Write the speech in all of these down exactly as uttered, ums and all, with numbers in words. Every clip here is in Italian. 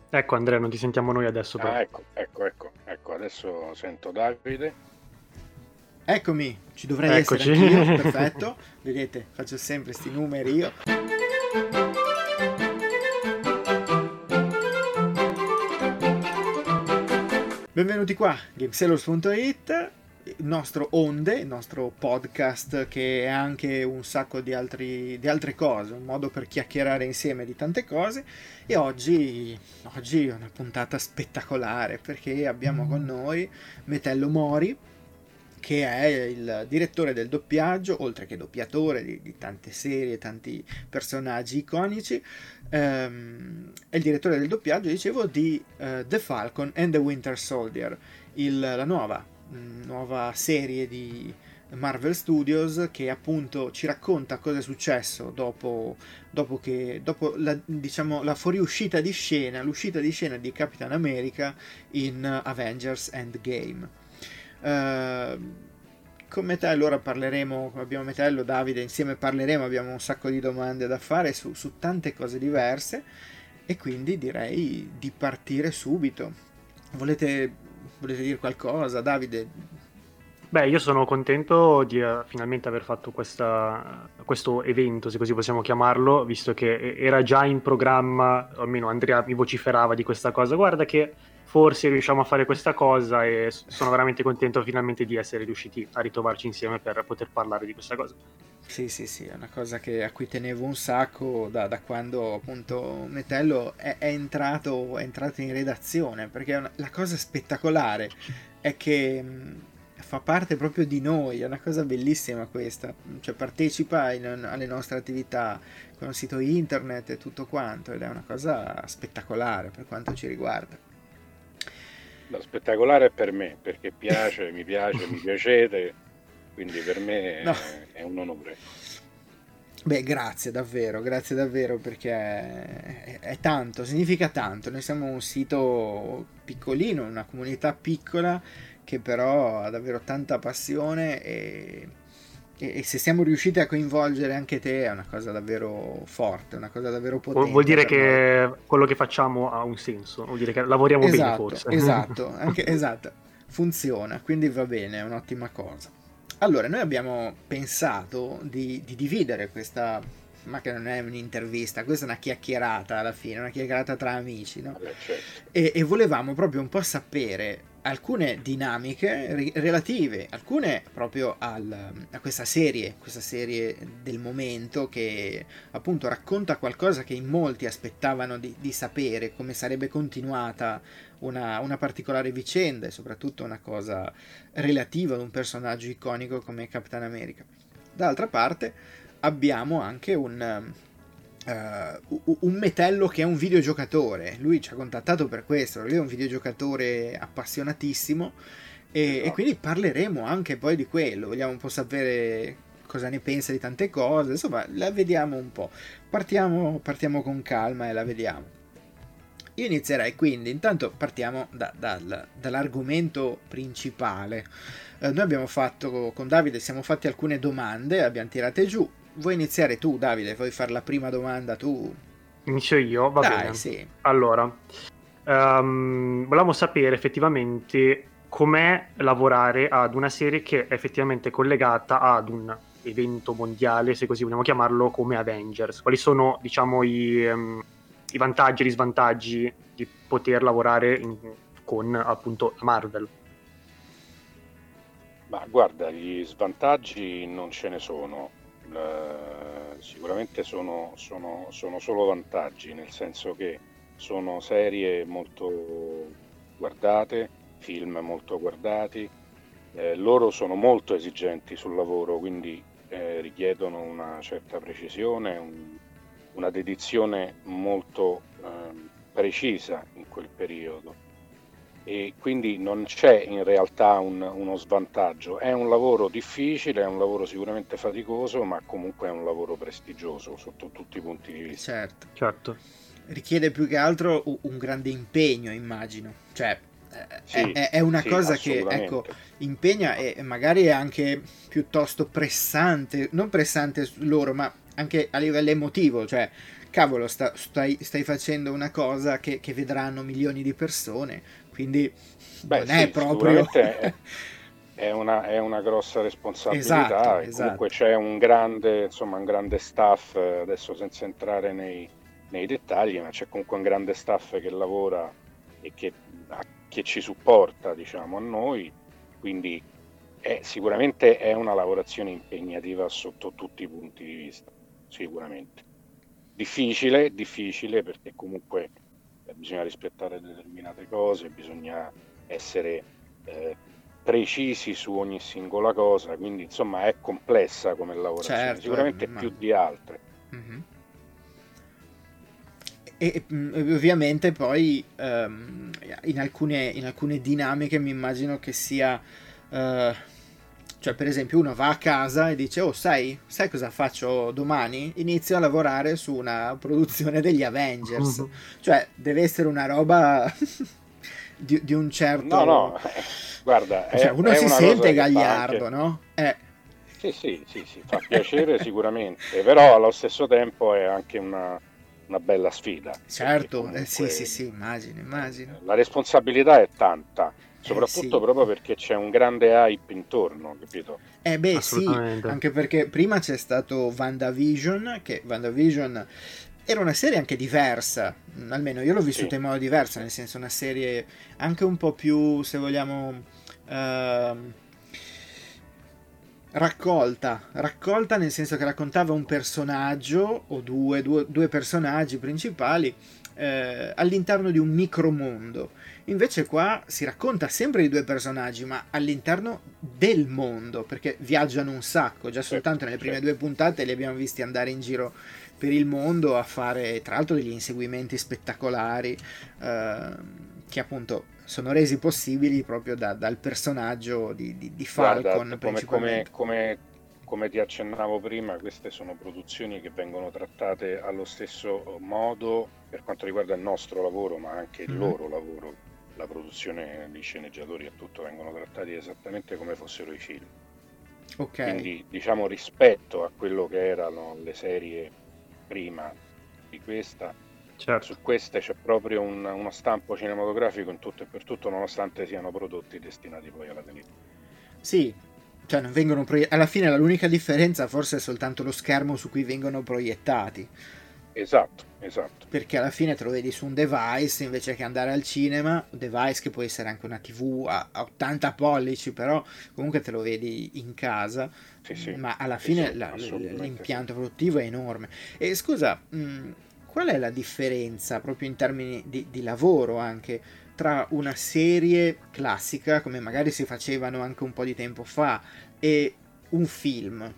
Ecco Andrea, non ti sentiamo noi adesso però. Ah, ecco, ecco, ecco, ecco, adesso sento Davide. Eccomi, ci dovrei essere Eccoci. anch'io, perfetto. Vedete, faccio sempre sti numeri io. Benvenuti qua, Gamesailors punto it, il nostro Onde, il nostro podcast che è anche un sacco di, altri, di altre cose, un modo per chiacchierare insieme di tante cose. E oggi, oggi è una puntata spettacolare perché abbiamo con noi Metello Mori, che è il direttore del doppiaggio, oltre che doppiatore di, di tante serie, tanti personaggi iconici. Um, è il direttore del doppiaggio, dicevo, di uh, The Falcon and the Winter Soldier, il, la nuova, mh, nuova serie di Marvel Studios che appunto ci racconta cosa è successo dopo, dopo, che, dopo la, diciamo, la fuoriuscita di scena, l'uscita di scena di Capitan America in Avengers Endgame. Uh, con Metello ora parleremo, abbiamo Metello, Davide, insieme parleremo, abbiamo un sacco di domande da fare su, su tante cose diverse e quindi direi di partire subito. Volete, volete dire qualcosa, Davide? Beh, io sono contento di uh, finalmente aver fatto questa, questo evento, se così possiamo chiamarlo, visto che era già in programma, o almeno Andrea mi vociferava di questa cosa. Guarda che forse riusciamo a fare questa cosa e sono veramente contento finalmente di essere riusciti a ritrovarci insieme per poter parlare di questa cosa. Sì, sì, sì, è una cosa che, a cui tenevo un sacco da, da quando appunto Metello è, è, entrato, è entrato in redazione, perché una, la cosa spettacolare è che mh, fa parte proprio di noi, è una cosa bellissima questa, cioè partecipa in, alle nostre attività con il sito internet e tutto quanto, ed è una cosa spettacolare per quanto ci riguarda. No, spettacolare è per me, perché piace, mi piace, mi piacete, quindi per me no. è, è un onore. Beh, grazie davvero, grazie davvero, perché è, è tanto, significa tanto. Noi siamo un sito piccolino, una comunità piccola che però ha davvero tanta passione e, e, e se siamo riusciti a coinvolgere anche te è una cosa davvero forte, una cosa davvero potente. Vuol dire che noi. quello che facciamo ha un senso, vuol dire che lavoriamo esatto, bene forse. Esatto, anche, esatto, funziona, quindi va bene, è un'ottima cosa. Allora, noi abbiamo pensato di, di dividere questa, ma che non è un'intervista, questa è una chiacchierata alla fine, una chiacchierata tra amici, no? Vabbè, certo. E, e volevamo proprio un po' sapere alcune dinamiche ri- relative, alcune proprio al, a questa serie, questa serie del momento che appunto racconta qualcosa che in molti aspettavano di, di sapere, come sarebbe continuata una, una particolare vicenda e soprattutto una cosa relativa ad un personaggio iconico come Capitan America. D'altra parte abbiamo anche un... Uh, un Metello che è un videogiocatore, lui ci ha contattato per questo, lui è un videogiocatore appassionatissimo e, esatto. E quindi parleremo anche poi di quello, vogliamo un po' sapere cosa ne pensa di tante cose, insomma la vediamo un po', partiamo, partiamo con calma e la vediamo. Io inizierei quindi, intanto partiamo da, da, dall'argomento principale. Uh, noi abbiamo fatto con Davide, siamo fatti alcune domande, abbiamo tirate giù. Vuoi iniziare tu, Davide? Vuoi fare la prima domanda tu? Inizio io? Va Dai, bene. Sì. Allora, um, volevamo sapere effettivamente com'è lavorare ad una serie che è effettivamente collegata ad un evento mondiale, se così vogliamo chiamarlo, come Avengers. Quali sono, diciamo, i, um, i vantaggi e gli svantaggi di poter lavorare in, con, appunto, Marvel? Ma guarda, gli svantaggi non ce ne sono. Uh, sicuramente sono, sono, sono solo vantaggi, nel senso che sono serie molto guardate, film molto guardati, eh, loro sono molto esigenti sul lavoro, quindi eh, richiedono una certa precisione, un, una dedizione molto eh, precisa in quel periodo. E quindi non c'è in realtà un, uno svantaggio, è un lavoro difficile, è un lavoro sicuramente faticoso, ma comunque è un lavoro prestigioso sotto tutti i punti di vista. Certo, certo. Richiede più che altro un grande impegno, immagino, cioè sì, è, è una sì, cosa che ecco, impegna e magari è anche piuttosto pressante, non pressante loro, ma anche a livello emotivo, cioè cavolo, sta, stai, stai facendo una cosa che, che vedranno milioni di persone, quindi Beh, non sì, è proprio... sicuramente è, è una, è una grossa Esatto, responsabilità, e comunque esatto. c'è un grande, insomma, un grande staff, eh, adesso senza entrare nei, nei dettagli, ma c'è comunque un grande staff che lavora e che, a- che ci supporta, diciamo, a noi, quindi è, sicuramente è una lavorazione impegnativa sotto tutti i punti di vista, sicuramente. Difficile, difficile perché comunque eh, bisogna rispettare determinate cose, bisogna essere eh, precisi su ogni singola cosa, quindi insomma è complessa come lavorazione, Certo, eh, sicuramente ma... più di altre. Mhm. E mh, ovviamente poi ehm, in alcune, in alcune dinamiche mi immagino che sia, eh, cioè per esempio uno va a casa e dice oh sai, sai cosa faccio domani? Inizio a lavorare su una produzione degli Avengers, cioè deve essere una roba di, di un No, certo... no, eh, guarda, Cioè è, uno è si una sente cosa che fa anche... gagliardo, no? Eh, Sì, sì, sì, sì, fa piacere sicuramente, però allo stesso tempo è anche una, una bella sfida, perché certo, eh, sì sì comunque sì, immagino, immagino. eh, la responsabilità è tanta, Eh soprattutto sì. proprio perché c'è un grande hype intorno, capito? Eh beh sì, Assolutamente. anche perché prima c'è stato WandaVision, che WandaVision era una serie anche diversa, mm, almeno io l'ho Sì, vissuta in modo sì, diverso, sì. nel senso una serie anche un po' più, se vogliamo, ehm, raccolta, raccolta nel senso che raccontava un personaggio o due, due, due personaggi principali eh, all'interno di un micromondo. Invece qua si racconta sempre di due personaggi, ma all'interno del mondo, perché viaggiano un sacco. Già soltanto Certo, nelle prime certo. due puntate li abbiamo visti andare in giro per il mondo a fare, tra l'altro, degli inseguimenti spettacolari eh, che appunto sono resi possibili proprio da- dal personaggio di, di- di Guarda, Falcon come, come- principalmente. come- come ti accennavo prima, queste sono produzioni che vengono trattate allo stesso modo per quanto riguarda il nostro lavoro, ma anche il Mhm. loro lavoro. La produzione di sceneggiatori e tutto vengono trattati esattamente come fossero i film. Ok, Quindi, diciamo, rispetto a quello che erano le serie prima di questa, Certo. su queste c'è proprio un- uno stampo cinematografico in tutto e per tutto, nonostante siano prodotti destinati poi alla televisione. sì, cioè non vengono proie- alla fine l'unica differenza forse è soltanto lo schermo su cui vengono proiettati, Esatto, esatto. perché alla fine te lo vedi su un device invece che andare al cinema, un device che può essere anche una tivù a a ottanta pollici, però comunque te lo vedi in casa, Sì, sì, ma alla sì, sì, fine la- l- assolutamente sì. l'impianto produttivo è enorme. E scusa, mh, qual è la differenza proprio in termini di, di lavoro anche tra una serie classica, come magari si facevano anche un po' di tempo fa, e un film?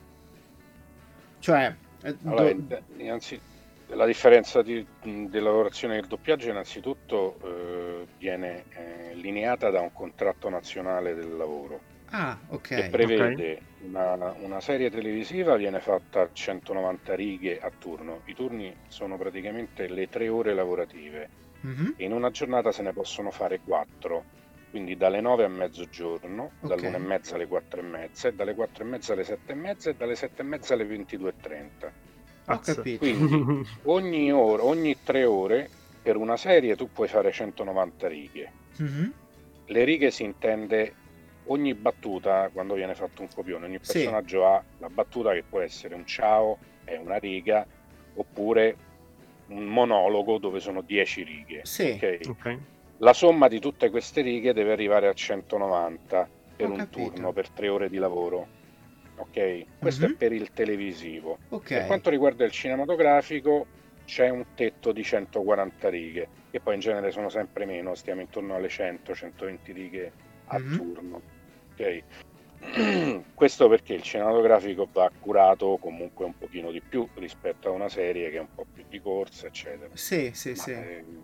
Cioè, eh, Allora, do- in- innanzi, la differenza di, della lavorazione del doppiaggio innanzitutto eh, viene eh, lineata da un contratto nazionale del lavoro ah, che ok. Ok. prevede una, una serie televisiva viene fatta a centonovanta righe a turno. I turni sono praticamente le tre ore lavorative Mhm, e in una giornata se ne possono fare quattro, quindi dalle nove a mezzogiorno, ok, dall'una e mezza alle quattro e mezza, e dalle quattro e mezza alle sette e mezza e dalle sette e mezza alle ventidue e trenta. ho Azza. capito. Quindi ogni ora, ogni tre ore per una serie tu puoi fare centonovanta righe. Mhm, Le righe si intende ogni battuta, quando viene fatto un copione, ogni sì, personaggio ha la battuta che può essere un ciao, è una riga, oppure un monologo dove sono dieci righe. sì, Ok? Ok. La somma di tutte queste righe deve arrivare a centonovanta per ho un turno, capito. per tre ore di lavoro. Ok? Questo è Mhm, per il televisivo. ok, Per quanto riguarda il cinematografico, c'è un tetto di centoquaranta righe, che poi in genere sono sempre meno, stiamo intorno alle cento centoventi righe a mhm, turno. Ok? Questo perché il cinematografico va curato comunque un pochino di più rispetto a una serie che è un po' più di corsa, eccetera. sì, sì, Ma sì. ehm,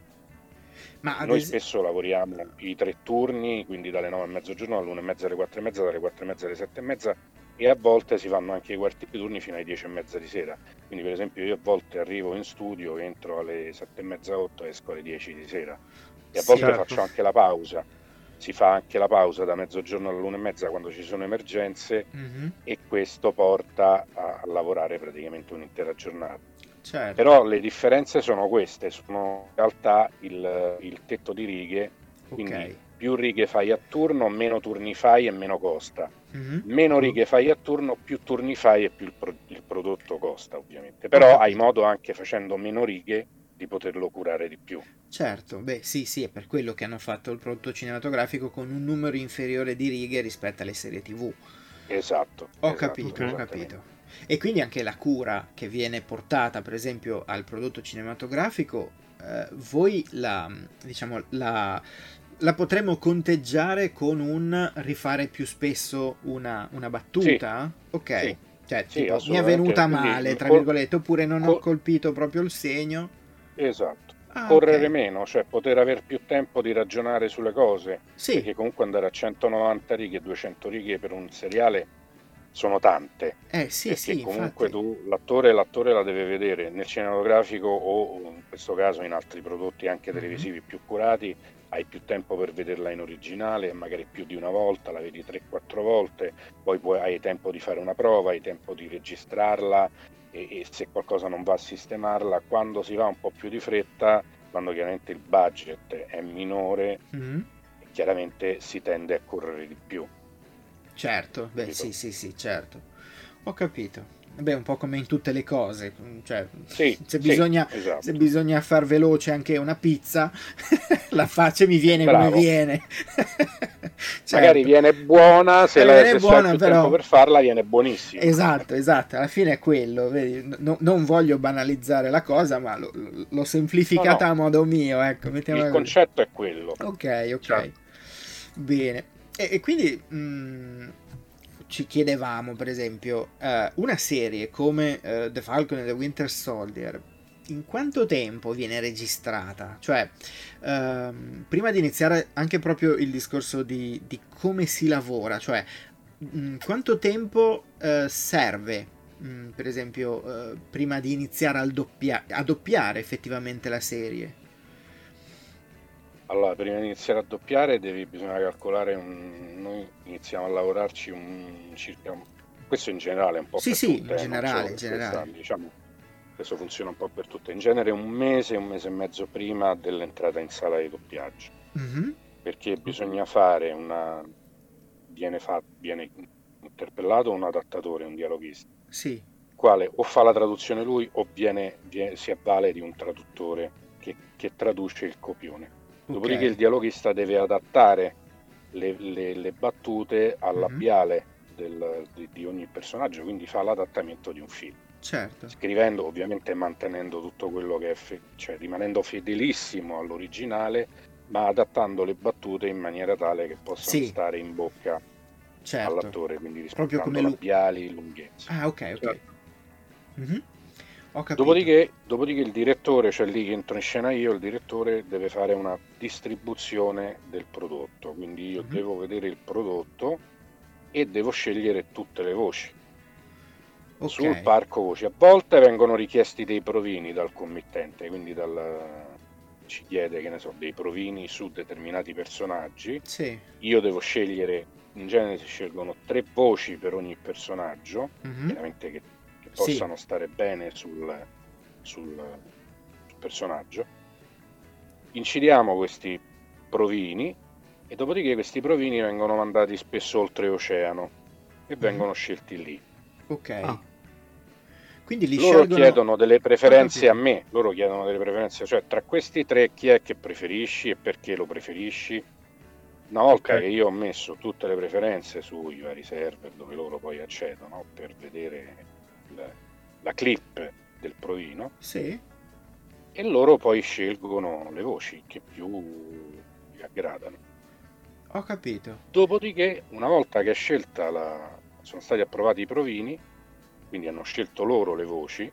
Ma ad noi esempio... spesso lavoriamo i tre turni, quindi dalle nove a mezzogiorno, dall'una e mezza alle quattro e mezza, dalle quattro e mezza alle sette e mezza, e a volte si fanno anche i quarti turni fino alle dieci e mezza di sera. Quindi per esempio io a volte arrivo in studio, entro alle sette e mezza, otto, esco alle dieci di sera, e a Sì, volte Certo. faccio anche la pausa. Si fa anche la pausa da mezzogiorno all'una e mezza quando ci sono emergenze, mhm, e questo porta a, a lavorare praticamente un'intera giornata. Certo. Però le differenze sono queste, sono in realtà il, il tetto di righe, quindi Ok. più righe fai a turno, meno turni fai e meno costa. Mhm. Meno Mhm. righe fai a turno, più turni fai e più il, pro- il prodotto costa, ovviamente. Ho Però hai capito. modo anche facendo meno righe di poterlo curare di più. Certo, beh sì, sì, è per quello che hanno fatto il prodotto cinematografico con un numero inferiore di righe rispetto alle serie tivù. Esatto, Ho esatto, capito, ho Ok. esattamente. capito. E quindi anche la cura che viene portata, per esempio, al prodotto cinematografico, eh, voi la, diciamo, la, la potremmo conteggiare con un rifare più spesso una, una Sì, battuta? Ok, sì, cioè sì, tipo mi è assolutamente. venuta Quindi male, il tra col- virgolette, oppure non ho col- colpito proprio il segno. esatto. Ah, Correre ok. meno, cioè poter avere più tempo di ragionare sulle cose, Sì, perché comunque andare a centonovanta righe, duecento righe per un seriale sono tante, eh sì, perché sì, comunque infatti. tu l'attore l'attore la deve vedere nel cinematografico o in questo caso in altri prodotti anche Mhm. televisivi più curati, hai più tempo per vederla in originale, magari più di una volta, la vedi tre quattro volte, poi puoi, hai tempo di fare una prova, hai tempo di registrarla e, e se qualcosa non va a sistemarla, quando si va un po' più di fretta, quando chiaramente il budget è minore, Mhm. chiaramente si tende a correre di più, Certo, beh capito? sì, sì, sì, certo. Ho capito. Beh, un po' come in tutte le cose, cioè Sì, se sì, bisogna, se esatto. bisogna far veloce anche una pizza, la faccio e mi Eh, viene come bravo. viene. Magari Certo. viene buona, se, Eh, la, viene se c'hai buona più tempo però. per farla viene buonissima. Esatto, esatto, alla fine è quello, vedi? No- non voglio banalizzare la cosa, ma lo- lo- l'ho No, semplificata no, a modo mio, ecco, il mettiamola così. concetto è quello. Ok, ok. Certo. Bene. E, e quindi mh, ci chiedevamo, per esempio, eh, una serie come eh, The Falcon and the Winter Soldier, in quanto tempo viene registrata? Cioè, ehm, prima di iniziare anche proprio il discorso di, di come si lavora, cioè, mh, quanto tempo eh, serve, mh, per esempio, eh, prima di iniziare al doppia- a doppiare effettivamente la serie? Allora, prima di iniziare a doppiare devi, bisogna calcolare, un, noi iniziamo a lavorarci un circa, un- questo in generale un po' Sì, per sì, tutte, in eh, non generale, solo in per questa, generale. diciamo, questo funziona un po' per tutte. In genere un mese, un mese e mezzo prima dell'entrata in sala di doppiaggio, Mhm. perché bisogna fare una, viene, fa, viene interpellato un adattatore, un dialoghista, Sì, quale o fa la traduzione lui o viene, vie- si avvale di un traduttore che, che traduce il copione. ok. Dopodiché il dialoghista deve adattare le, le- le battute al Mhm. labiale del- di, di ogni personaggio, quindi fa l'adattamento di un film. Certo. Scrivendo, ovviamente mantenendo tutto quello che è, fe- cioè rimanendo fedelissimo all'originale, ma adattando le battute in maniera tale che possano Sì, stare in bocca certo. all'attore, quindi Proprio come rispettando lui. labiali, lunghezze. Ah, ok, ok. Certo. Mhm. Ho capito. Dopodiché, dopodiché il direttore, cioè lì che entro in scena io, il direttore deve fare una distribuzione del prodotto, quindi io Mhm. devo vedere il prodotto e devo scegliere tutte le voci. Ok, Sul parco voci, a volte vengono richiesti dei provini dal committente, quindi dal, ci chiede, che ne so, dei provini su determinati personaggi. sì. Io devo scegliere, in genere si scelgono tre voci per ogni personaggio, Mhm. chiaramente che, che Sì, possano stare bene sul, sul, sul personaggio. Incidiamo questi provini e dopodiché questi provini vengono mandati spesso oltreoceano e Mhm. vengono scelti lì. Ok. Ah, Quindi li Loro scelgono. chiedono delle Ho preferenze a capito. me, loro chiedono delle preferenze, cioè tra questi tre chi è che preferisci e perché lo preferisci. Una ok. volta che io ho messo tutte le preferenze sui vari server dove loro poi accedono per vedere la, la clip del provino, Sì, e loro poi scelgono le voci che più gli aggradano. ho capito. Dopodiché, una volta che è scelta la, sono stati approvati i provini, quindi hanno scelto loro le voci,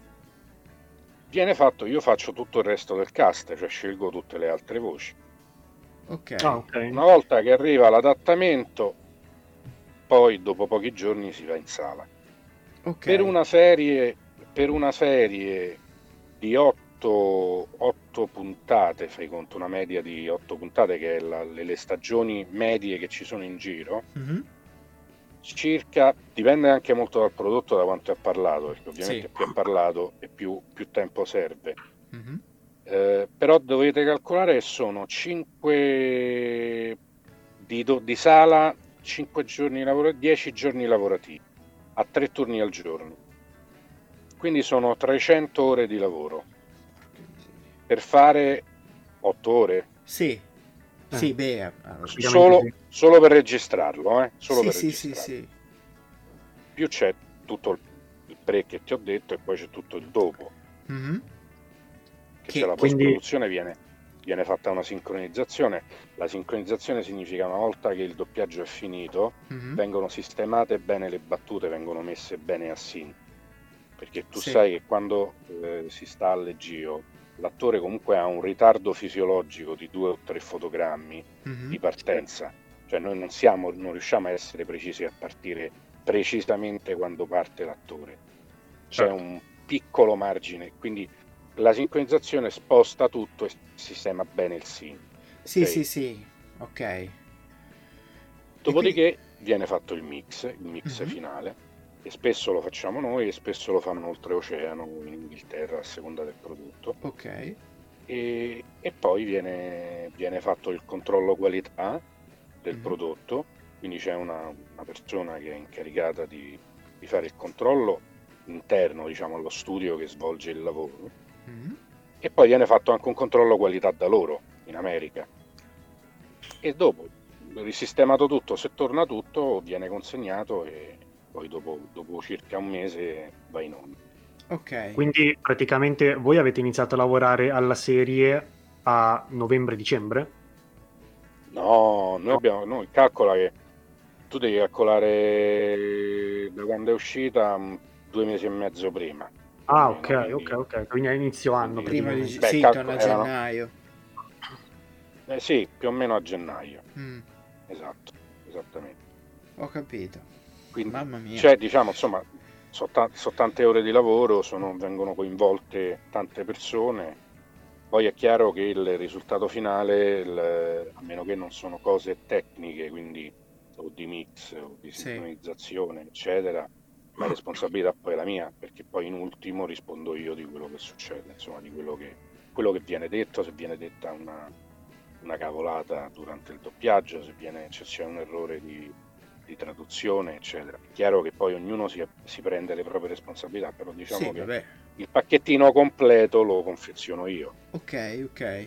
viene fatto, io faccio tutto il resto del cast, cioè scelgo tutte le altre voci. Ok, Ah, ok. Una volta che arriva l'adattamento, poi dopo pochi giorni si va in sala. ok. Per una serie, per una serie di otto, otto puntate, fai conto una media di otto puntate, che è la, le, le stagioni medie che ci sono in giro, Mhm. circa, dipende anche molto dal prodotto, da quanto è parlato, perché ovviamente Sì. più è parlato e più, più tempo serve. Mhm. Eh, però dovete calcolare che sono cinque di, do- di sala, cinque giorni lavorativi, dieci giorni lavorativi, a tre turni al giorno. Quindi sono trecento ore di lavoro per fare otto ore. Sì, sì, Eh, beh, eh, praticamente Solo, sì. solo per registrarlo, eh? Solo sì, per sì, sì, registrarlo. sì. Più c'è tutto il, il pre che ti ho detto e poi c'è tutto il dopo. Mhm. Che Che- c'è la che- Quindi, post-produzione, viene, viene fatta una sincronizzazione. La sincronizzazione significa una volta che il doppiaggio è finito, Mhm. vengono sistemate bene le battute, vengono messe bene a sync. Perché tu Sì. sai che quando eh, si sta al leggio, l'attore comunque ha un ritardo fisiologico di due o tre fotogrammi Mhm. di partenza. Cioè noi non siamo, non riusciamo a essere precisi a partire precisamente quando parte l'attore. C'è certo. un piccolo margine, quindi la sincronizzazione sposta tutto e sistema bene il sync. Sì, ok? sì, sì, ok. E quindi... Dopodiché viene fatto il mix, il mix Mhm. finale, e spesso lo facciamo noi e spesso lo fanno oltreoceano in Inghilterra a seconda del prodotto. Ok. E, e poi viene, viene fatto il controllo qualità del Mhm. prodotto, quindi c'è una, una persona che è incaricata di, di fare il controllo interno, diciamo, allo studio che svolge il lavoro, Mhm. e poi viene fatto anche un controllo qualità da loro in America. E dopo, risistemato tutto, se torna tutto, viene consegnato e poi dopo, dopo circa un mese va in onda. Ok. Quindi praticamente voi avete iniziato a lavorare alla serie a novembre-dicembre? No, noi No. abbiamo, noi calcola che tu devi calcolare da quando è uscita mh, due mesi e mezzo prima, più o Ah, ok, meno, ok, quindi, ok. Quindi a inizio anno quindi Prima di... praticamente. beh, Sì, intorno calco- a erano, gennaio. eh sì, più o meno a gennaio, Mm, esatto, esattamente. ho capito. Quindi Mamma mia. c'è, diciamo, insomma, sono ta- sono tante ore di lavoro, sono- vengono coinvolte tante persone. Poi è chiaro che il risultato finale, il- a meno che non sono cose tecniche, quindi o di mix o di Sì. sincronizzazione, eccetera, la responsabilità poi è la mia, perché poi in ultimo rispondo io di quello che succede, insomma, di quello che, quello che viene detto, se viene detta una, una cavolata durante il doppiaggio, se viene, se c'è un errore di, di traduzione, eccetera. È chiaro che poi ognuno si, si prende le proprie responsabilità, però diciamo Sì, che vabbè. il pacchettino completo lo confeziono io. Ok, ok.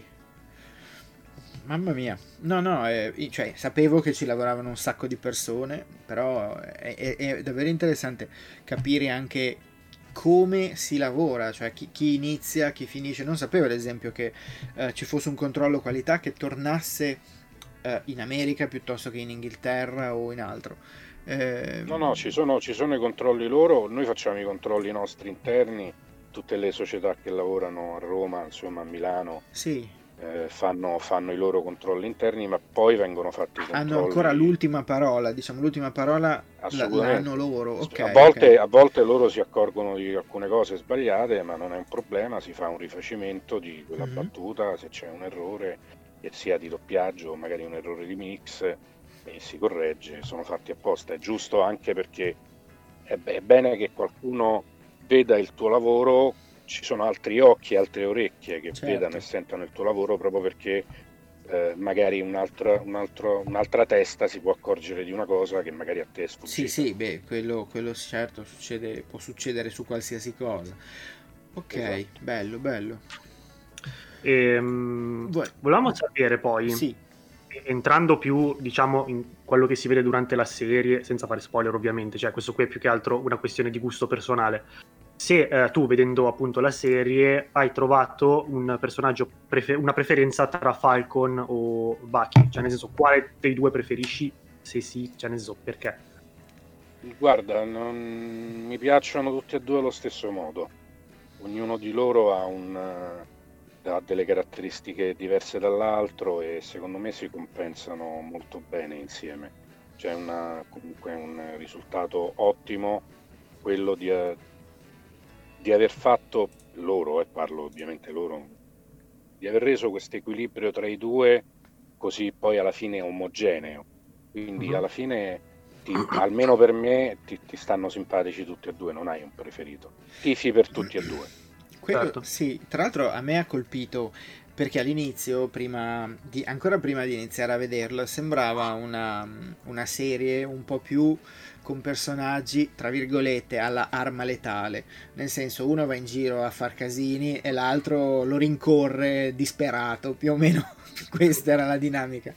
Mamma mia. No, no, eh, io- cioè, sapevo che ci lavoravano un sacco di persone, però è, è- è davvero interessante capire anche come si lavora, cioè chi, chi inizia, chi finisce. Non sapevo, ad esempio, che eh, ci fosse un controllo qualità che tornasse eh, in America piuttosto che in Inghilterra o in altro. No, no, Ehm, ci sono, ci sono i controlli loro, noi facciamo i controlli nostri interni, tutte le società che lavorano a Roma, insomma a Milano, sì, eh, fanno, fanno i loro controlli interni, ma poi vengono fatti i hanno ancora controlli. l'ultima parola, diciamo, l'ultima parola la, la hanno Assolutamente. loro. A Ok, ok. volte, a volte loro si accorgono di alcune cose sbagliate, ma non è un problema, si fa un rifacimento di quella Mhm. battuta, se c'è un errore, che sia di doppiaggio o magari un errore di mix, e si corregge, sono fatti apposta. È giusto anche perché è, be- è bene che qualcuno veda il tuo lavoro, ci sono altri occhi, altre orecchie che vedano e Certo. sentano il tuo lavoro proprio perché eh, magari un'altra, un altro- un'altra testa si può accorgere di una cosa che magari a te è Sì, sfuggita. sì, beh, quello, quello certo succede, può succedere su qualsiasi cosa. Ok, Esatto. bello, bello. Ehm, Vuoi- volevamo sapere poi, Sì, entrando più, diciamo, in quello che si vede durante la serie, senza fare spoiler ovviamente, cioè questo qui è più che altro una questione di gusto personale. Se eh, tu, vedendo appunto la serie, hai trovato un personaggio, prefe- una preferenza tra Falcon o Bucky, cioè nel senso, quale dei due preferisci? Se sì, cioè nel senso, perché? Guarda, non mi piacciono tutti e due allo stesso modo. Ognuno di loro ha, un, eh, ha delle caratteristiche diverse dall'altro e secondo me si compensano molto bene insieme. C'è una- comunque un risultato ottimo quello di, eh, di aver fatto loro, e parlo ovviamente loro, di aver reso questo equilibrio tra i due così poi alla fine omogeneo. Quindi Mhm. alla fine ti, almeno per me ti, ti stanno simpatici tutti e due, non hai un preferito, tifi per tutti e due. Quello, Certo. sì, tra l'altro a me ha colpito perché all'inizio, prima di, ancora prima di iniziare a vederlo, sembrava una, una serie un po' più con personaggi, tra virgolette, alla arma letale, nel senso uno va in giro a far casini e l'altro lo rincorre disperato, più o meno questa era la dinamica.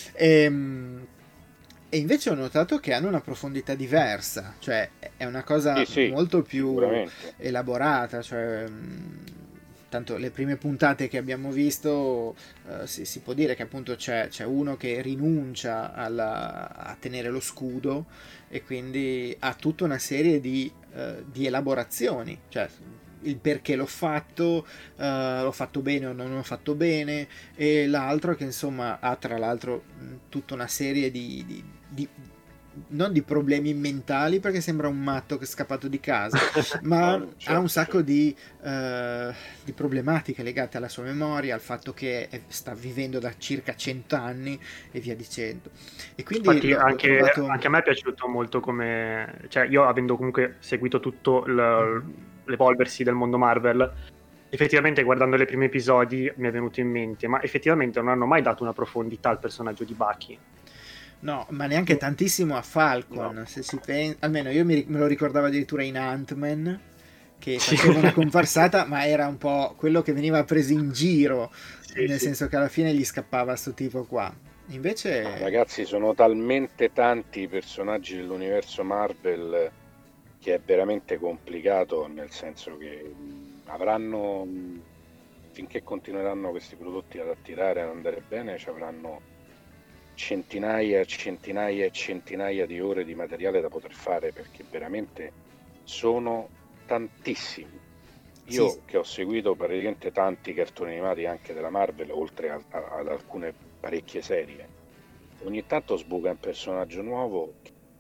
E, e invece ho notato che hanno una profondità diversa, cioè è una cosa Sì, sì, molto più sicuramente. elaborata, cioè tanto le prime puntate che abbiamo visto eh, si, si può dire che appunto c'è, c'è uno che rinuncia alla, a tenere lo scudo e quindi ha tutta una serie di, eh, di elaborazioni, cioè il perché l'ho fatto, uh, l'ho fatto bene o non l'ho fatto bene, e l'altro che insomma ha tra l'altro mh, tutta una serie di, di, di non di problemi mentali perché sembra un matto che è scappato di casa, ma No, certo, ha un sacco certo. di, uh, di problematiche legate alla sua memoria, al fatto che è, sta vivendo da circa cento anni e via dicendo. E quindi Infatti l'ho, l'ho anche, trovato... anche a me è piaciuto molto come... Cioè io avendo comunque seguito tutto il- l'evolversi del mondo Marvel, effettivamente guardando le prime episodi mi è venuto in mente, ma effettivamente non hanno mai dato una profondità al personaggio di Bucky. No, ma neanche tantissimo a Falcon, No. se si pensa, almeno io mi, me lo ricordavo addirittura in Ant-Man, che Sì. faceva una comparsata, ma era un po' quello che veniva preso in giro, Sì, nel sì. senso che alla fine gli scappava sto tipo qua. Invece... No, ragazzi, sono talmente tanti i personaggi dell'universo Marvel che è veramente complicato, nel senso che mh, avranno, mh, finché continueranno questi prodotti ad attirare, ad andare bene, ci avranno centinaia e centinaia e centinaia di ore di materiale da poter fare, perché veramente sono tantissimi. Io Sì. che ho seguito praticamente tanti cartoni animati anche della Marvel, oltre a- a- ad alcune parecchie serie, ogni tanto sbuca un personaggio nuovo,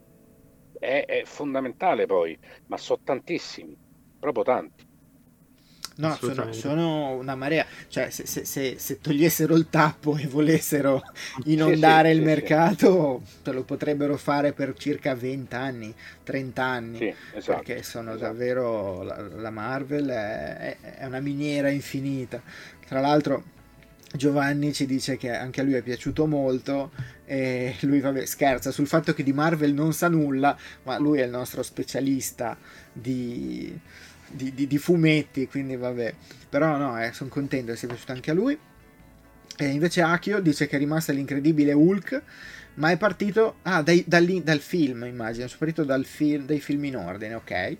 è, è fondamentale poi, ma so tantissimi, proprio tanti. No, sono, Assolutamente. sono una marea, cioè se, se- se- se togliessero il tappo e volessero Sì, inondare sì, il sì, sì, mercato, te lo potrebbero fare per circa venti anni, trenta anni, sì, esatto, perché sono esatto. davvero, la, la Marvel è, è- è una miniera infinita. Tra l'altro Giovanni ci dice che anche a lui è piaciuto molto e lui vabbè, scherza sul fatto che di Marvel non sa nulla, ma lui è il nostro specialista di, di, di- di fumetti, quindi vabbè. Però no, eh, sono contento che sia piaciuto anche a lui. E invece Akio dice che è rimasta l'incredibile Hulk, ma è partito ah, dai- dal, dal film, immagino, è partito dal film, dai film in ordine, ok.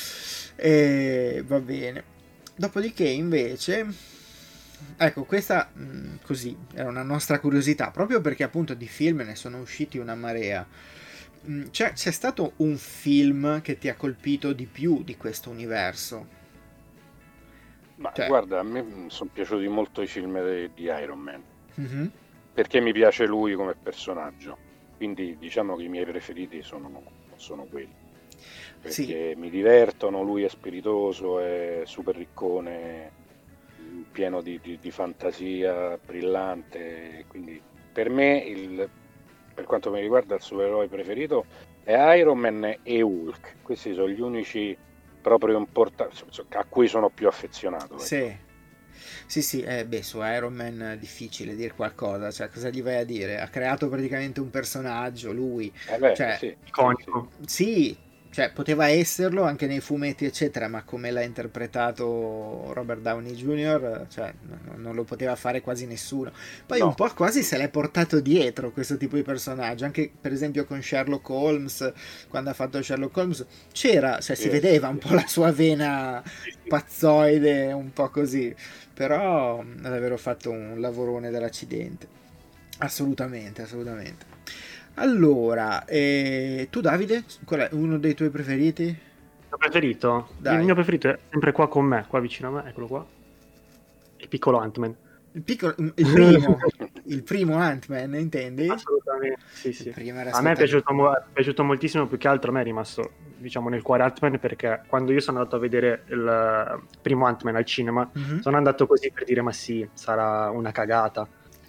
E va bene. Dopodiché invece, ecco, questa mh, così era una nostra curiosità, proprio perché appunto di film ne sono usciti una marea. Mh, C'è, c'è stato un film che ti ha colpito di più di questo universo? Ma Cioè, guarda, a me sono piaciuti molto i film de- di Iron Man, mhm, perché mi piace lui come personaggio, quindi diciamo che i miei preferiti sono, sono quelli, sì, perché mi divertono, lui è spiritoso, è super riccone, mh, pieno di, di- di fantasia, brillante, quindi per me, il, per quanto mi riguarda, il supereroe preferito è Iron Man e Hulk, questi sono gli unici proprio importanti a cui sono più affezionato, ecco. sì. Sì, sì, eh, beh, su Iron Man è difficile dire qualcosa, cioè cosa gli vai a dire? Ha creato praticamente un personaggio, lui, Eh beh, cioè, sì, sì, sì. Iconico. sì, cioè poteva esserlo anche nei fumetti eccetera, ma come l'ha interpretato Robert Downey junior, cioè n- non lo poteva fare quasi nessuno. Poi un No, po' quasi se l'è portato dietro questo tipo di personaggio, anche per esempio con Sherlock Holmes, quando ha fatto Sherlock Holmes, c'era, cioè si sì, vedeva un sì, po' la sua vena Sì, sì. pazzoide, un po' così, però ha davvero fatto un lavorone dell'accidente. Assolutamente, assolutamente. Allora, eh, tu Davide, qual è uno dei tuoi preferiti? Il mio preferito? Il Dai, mio preferito è sempre qua con me, qua vicino a me, eccolo qua. Il piccolo Ant-Man. il, piccolo, il primo, il primo Ant-Man, intendi? Assolutamente, sì, Il sì. primo era A me è spettacolare. piaciuto, mo- è piaciuto moltissimo, più che altro a me è rimasto, diciamo, nel cuore Ant-Man, perché quando io sono andato a vedere il primo Ant-Man al cinema, Mhm. sono andato così per dire, ma sì, sarà una cagata.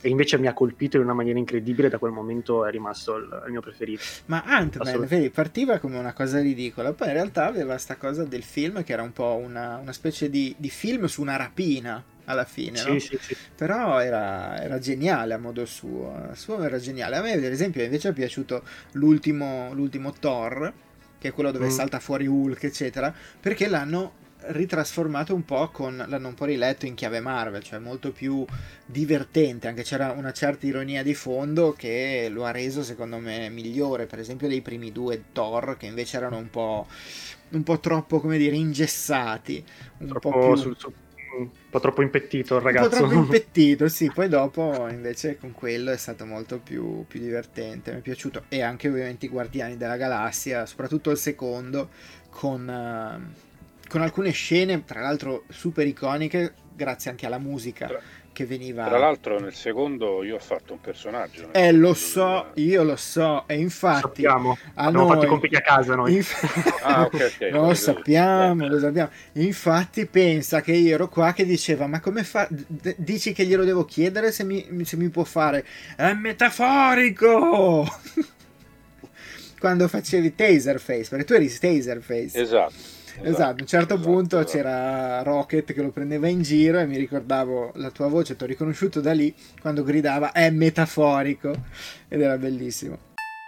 e invece mi ha colpito in una maniera incredibile. Da quel momento è rimasto il, il mio preferito. Ma Ant-Man, vedi, partiva come una cosa ridicola, poi in realtà aveva sta cosa del film che era un po' una, una specie di, di film su una rapina alla fine, sì, no? sì, sì. Però era, era geniale a modo suo, a suo era geniale. A me, ad esempio, invece è piaciuto l'ultimo, l'ultimo Thor, che è quello dove Mm. salta fuori Hulk, eccetera, perché l'hanno ritrasformato un po' con, l'hanno un po' riletto in chiave Marvel, cioè molto più divertente, anche c'era una certa ironia di fondo che lo ha reso secondo me migliore, per esempio dei primi due Thor, che invece erano un po' un po' troppo, come dire, ingessati, un Troppo po' più sul- su- un po' troppo impettito il un po' ragazzo. troppo impettito, sì, poi dopo invece con quello è stato molto più, più divertente, mi è piaciuto, e anche ovviamente i Guardiani della Galassia, soprattutto il secondo, con, eh, con alcune scene, tra l'altro super iconiche, grazie anche alla musica Tra, che veniva... tra l'altro nel secondo io ho fatto un personaggio. nel Eh, lo secondo so, del- io lo so, e Lo infatti sappiamo, a abbiamo fatto i noi... compiti a casa noi. inf- Ah, ok, ok, lo lo sappiamo, vedo. lo sappiamo. Infatti pensa che io ero qua che diceva, ma come fa... d- dici che glielo devo chiedere se mi, se mi può fare? È metaforico! Quando facevi Taserface, perché tu eri Taserface. Esatto, Esatto, esatto, a un certo esatto, punto esatto. c'era Rocket che lo prendeva in giro e mi ricordavo la tua voce, ti ho riconosciuto da lì quando gridava è metaforico, ed era bellissimo.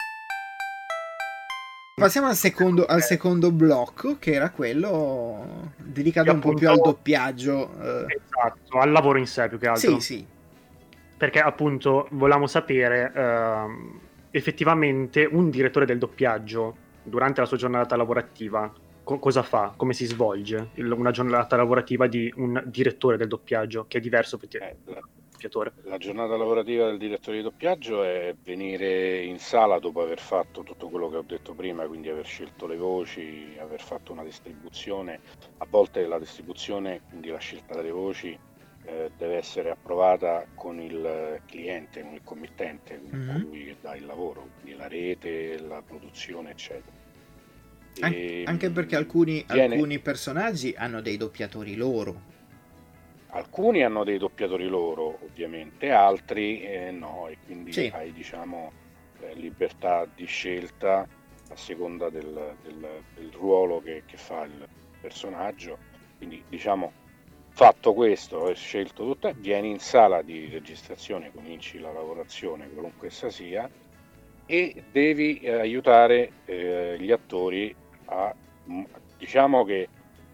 Passiamo al secondo, al secondo blocco, che era quello dedicato Che un po' più al appunto- doppiaggio. eh. Esatto, al lavoro in sé più che altro. Sì, sì. Perché appunto volevamo sapere ehm, effettivamente un direttore del doppiaggio durante la sua giornata lavorativa co- cosa fa, come si svolge il- una giornata lavorativa di un direttore del doppiaggio, che è diverso per Eh, la, doppiatore. la giornata lavorativa del direttore di doppiaggio è venire in sala dopo aver fatto tutto quello che ho detto prima, quindi aver scelto le voci, aver fatto una distribuzione. A volte la distribuzione, quindi la scelta delle voci, eh, deve essere approvata con il cliente, con il committente, con Mhm. colui che dà il lavoro, quindi la rete, la produzione, eccetera. An- E, anche perché alcuni, viene- alcuni personaggi hanno dei doppiatori loro. Alcuni hanno dei doppiatori loro, ovviamente, altri eh, no, e quindi Sì. hai, diciamo, eh, libertà di scelta a seconda del, del- del ruolo che, che fa il personaggio. Quindi, diciamo, fatto questo, hai scelto tutto, vieni in sala di registrazione, cominci la lavorazione, qualunque essa sia, e devi eh, aiutare eh, gli attori a, m- diciamo che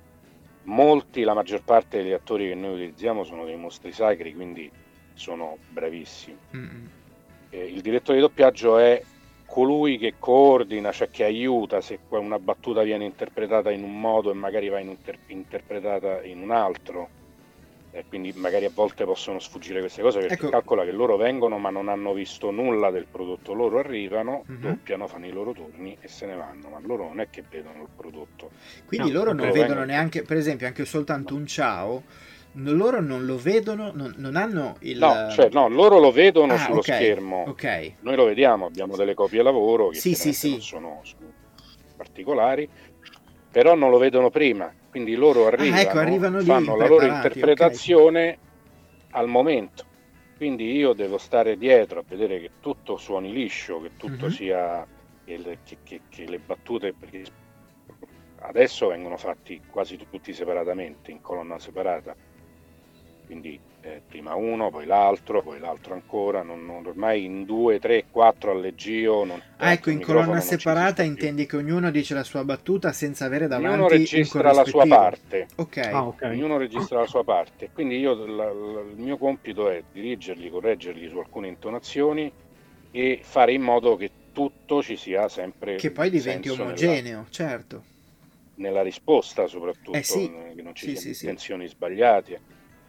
molti, la maggior parte degli attori che noi utilizziamo sono dei mostri sacri, quindi sono bravissimi. Mm-mm. Eh, il direttore di doppiaggio è colui che coordina, cioè che aiuta se una battuta viene interpretata in un modo e magari va in inter- interpretata in un altro. Eh, quindi magari a volte possono sfuggire queste cose perché Ecco. calcola che loro vengono ma non hanno visto nulla del prodotto, loro arrivano, Mhm. doppiano, fanno i loro turni e se ne vanno, ma loro non è che vedono il prodotto. Quindi No, loro non loro vedono vengono- neanche, per esempio, anche soltanto un ciao, n- loro non lo vedono, non, non hanno il... No, cioè no, loro lo vedono Ah, sullo ok, schermo, ok. noi lo vediamo, abbiamo delle copie lavoro che Sì, sì, chiaramente sì. non sono, sono particolari, però non lo vedono prima, quindi loro arrivano, ecco, arrivano lì fanno la loro impreparati, interpretazione al momento. Quindi io devo stare dietro a vedere che tutto suoni liscio, che tutto Mhm. sia che le, che- che- che le battute, perché adesso vengono fatti quasi tutti separatamente, in colonna separata. Quindi eh, prima uno, poi l'altro, poi l'altro ancora, non- non- ormai in due, tre, quattro al leggio. Non, Ah, ecco, il in microfono colonna non ci si separata sta più. intendi che ognuno dice la sua battuta senza avere Ognuno davanti un registra la sua corrispettivo. parte. Ok. Ah, ok. Ognuno registra la sua parte, quindi io la- la- il mio compito è dirigerli, correggerli su alcune intonazioni e fare in modo che tutto ci sia sempre Che poi diventi senso nella, omogeneo, certo. nella risposta, soprattutto Eh sì, eh, che non ci sì, siano sì, sì. intenzioni sbagliate,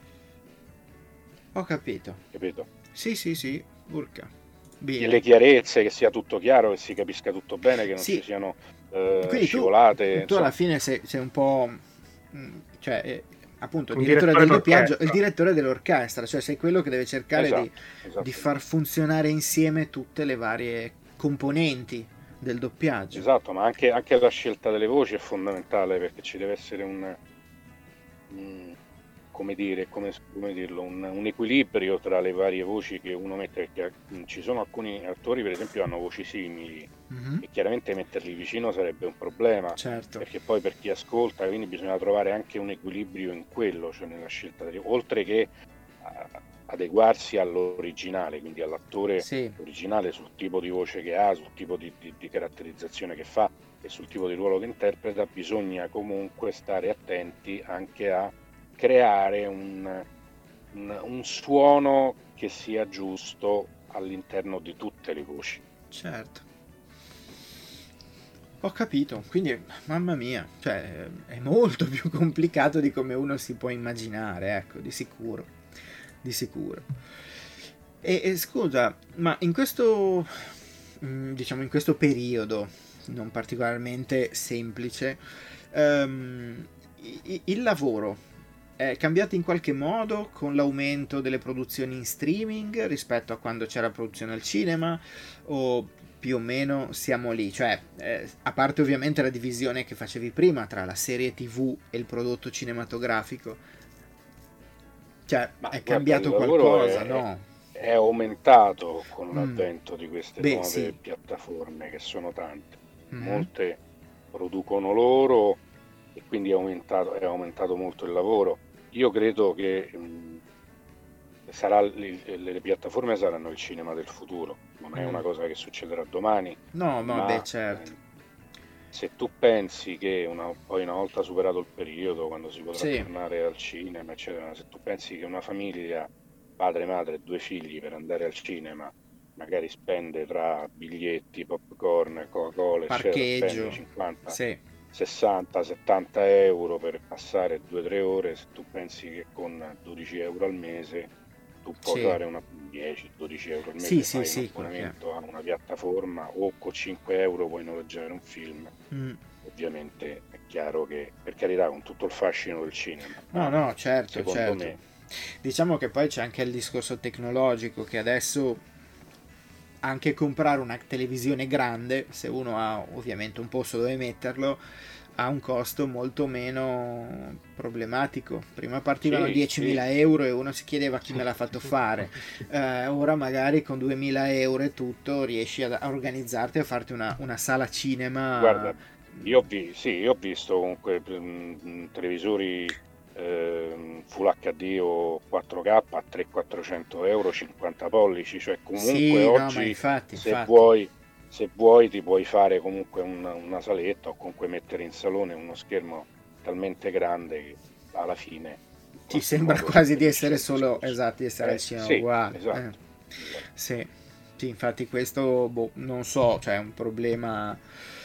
Ho capito. capito? Sì, sì, sì, urca. E Bene. le chiarezze, che sia tutto chiaro, che si capisca tutto bene, che non Sì. ci siano eh, Quindi tu, scivolate. tu alla insomma. fine sei, sei un po'... mm, cioè, eh, appunto, il Un direttore direttore del doppiaggio, d'orchestra. il direttore dell'orchestra, cioè sei quello che deve cercare Esatto, di, esatto. di far funzionare insieme tutte le varie componenti del doppiaggio. Esatto, ma anche, anche la scelta delle voci è fondamentale perché ci deve essere un, un- come dire, come, come dirlo, un, un equilibrio tra le varie voci che uno mette, perché mh, ci sono alcuni attori per esempio che hanno voci simili Mhm. e chiaramente metterli vicino sarebbe un problema, Certo. perché poi per chi ascolta, quindi bisogna trovare anche un equilibrio in quello, cioè nella scelta, delle- oltre che a- adeguarsi all'originale, quindi all'attore Sì, originale sul tipo di voce che ha, sul tipo di, di- di caratterizzazione che fa e sul tipo di ruolo che interpreta, bisogna comunque stare attenti anche a creare un, un- un suono che sia giusto all'interno di tutte le voci. certo. Ho capito, quindi mamma mia, cioè è molto più complicato di come uno si può immaginare, ecco, di sicuro, di sicuro. E, e scusa, ma in questo, mm, diciamo, in questo periodo non particolarmente semplice, ehm, i- il lavoro è cambiato in qualche modo con l'aumento delle produzioni in streaming rispetto a quando c'era produzione al cinema, o più o meno siamo lì? Cioè, eh, a parte ovviamente la divisione che facevi prima tra la serie tivù e il prodotto cinematografico, cioè Ma è guarda, il cambiato lavoro qualcosa, è, no? è aumentato con Mm, l'avvento di queste beh, nuove sì. piattaforme che sono tante. Mhm. Molte producono loro e quindi è aumentato, è aumentato molto il lavoro. Io credo che mh, sarà, le, le piattaforme saranno il cinema del futuro, non è Mm. una cosa che succederà domani, No, ma beh, ma certo. ehm, se tu pensi che una, poi una volta superato il periodo, quando si potrà Sì, tornare al cinema, eccetera, se tu pensi che una famiglia, padre, madre e due figli per andare al cinema, magari spende tra biglietti, popcorn, Coca-Cola, eccetera, spende parcheggio. cinquanta, Sì, sessanta, settanta euro per passare due tre ore, se tu pensi che con dodici euro al mese tu puoi sì. fare una dieci dodici euro al Sì, mese, sì, fai un sì, quello che è. abbonamento a una piattaforma o con cinque euro puoi noleggiare un film. Mm. Ovviamente è chiaro che, per carità, con tutto il fascino del cinema, No, ma no, certo, secondo certo. me, Diciamo che poi c'è anche il discorso tecnologico, che adesso anche comprare una televisione grande, se uno ha ovviamente un posto dove metterlo, ha un costo molto meno problematico. Prima partivano sì, sì, diecimila euro e uno si chiedeva chi me l'ha fatto fare. Eh, ora magari con duemila euro e tutto riesci ad- a organizzarti a farti una, una sala cinema. guarda, io ho, vi- sì, io ho visto comunque mm, televisori ehm, Full H D o quattro K a trecento quattrocento euro, cinquanta pollici, cioè comunque Sì, no, ma oggi infatti, se infatti. vuoi, se vuoi ti puoi fare comunque una, una saletta o comunque mettere in salone uno schermo talmente grande che alla fine in Ti qualche sembra modo quasi di sopperisce essere al solo, discorso. esatto, di essere al Eh, cinema sì, uguale. Eh, esatto, esatto. sì. Sì, infatti questo, boh, non so, cioè è un problema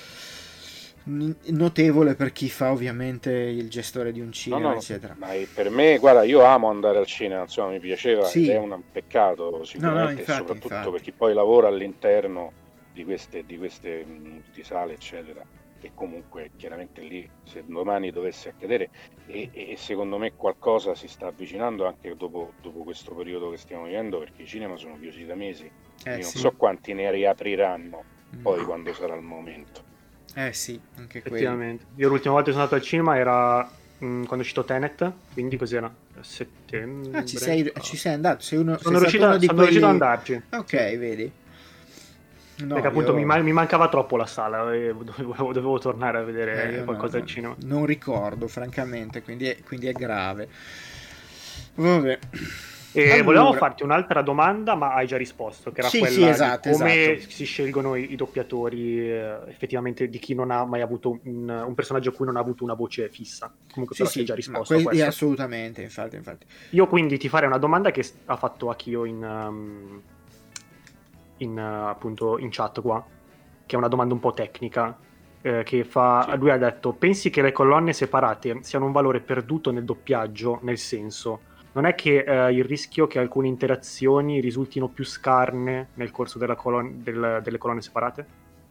n- notevole per chi fa ovviamente il gestore di un No, cinema, no, no, eccetera. ma è- per me, guarda, io amo andare al cinema, insomma, mi piaceva ed è Sì, un peccato no, no, sicuramente, e infatti, soprattutto per infatti. chi poi lavora all'interno di queste, di queste mh, multisale, eccetera, che comunque chiaramente lì, se domani dovesse accadere, e, e- e secondo me qualcosa si sta avvicinando anche dopo, dopo questo periodo che stiamo vivendo, perché i cinema sono chiusi da mesi, Eh quindi non sì. so quanti ne riapriranno poi Mm. quando sarà il momento. Eh sì, anche quello. Effettivamente. Io l'ultima volta che sono andato al cinema era mh, quando è uscito Tenet, quindi cos'era? A Ah, ci settembre. sei, ci Ah. sei andato, sei, uno, sei Sono stato uno riuscito, di sono riuscito ad quelli. andarci, sì. Ok, vedi. Perché No, appunto mi, io, man- mi mancava troppo la sala e dovevo, dovevo tornare a eh, vedere io no- qualcosa al no- cinema. non ricordo, francamente, quindi è, quindi è grave. Vabbè. E volevamo Allora, farti un'altra domanda, ma hai già risposto, che era sì, sì, quella di esatto, esatto. come si scelgono i, i doppiatori, eh, effettivamente di chi non ha mai avuto un, un personaggio a cui non ha avuto una voce fissa. Comunque Sì, però si è sì, già ma risposto a que- eh, questo. assolutamente, infatti, infatti. Io quindi ti farei una domanda che s- ha fatto Akio in, um, in, uh, appunto in chat qua, che è una domanda un po' tecnica, eh, che fa, Sì. lui ha detto, pensi che le colonne separate siano un valore perduto nel doppiaggio, nel senso, non è che eh, il rischio che alcune interazioni risultino più scarne nel corso della colon- del- delle colonne separate?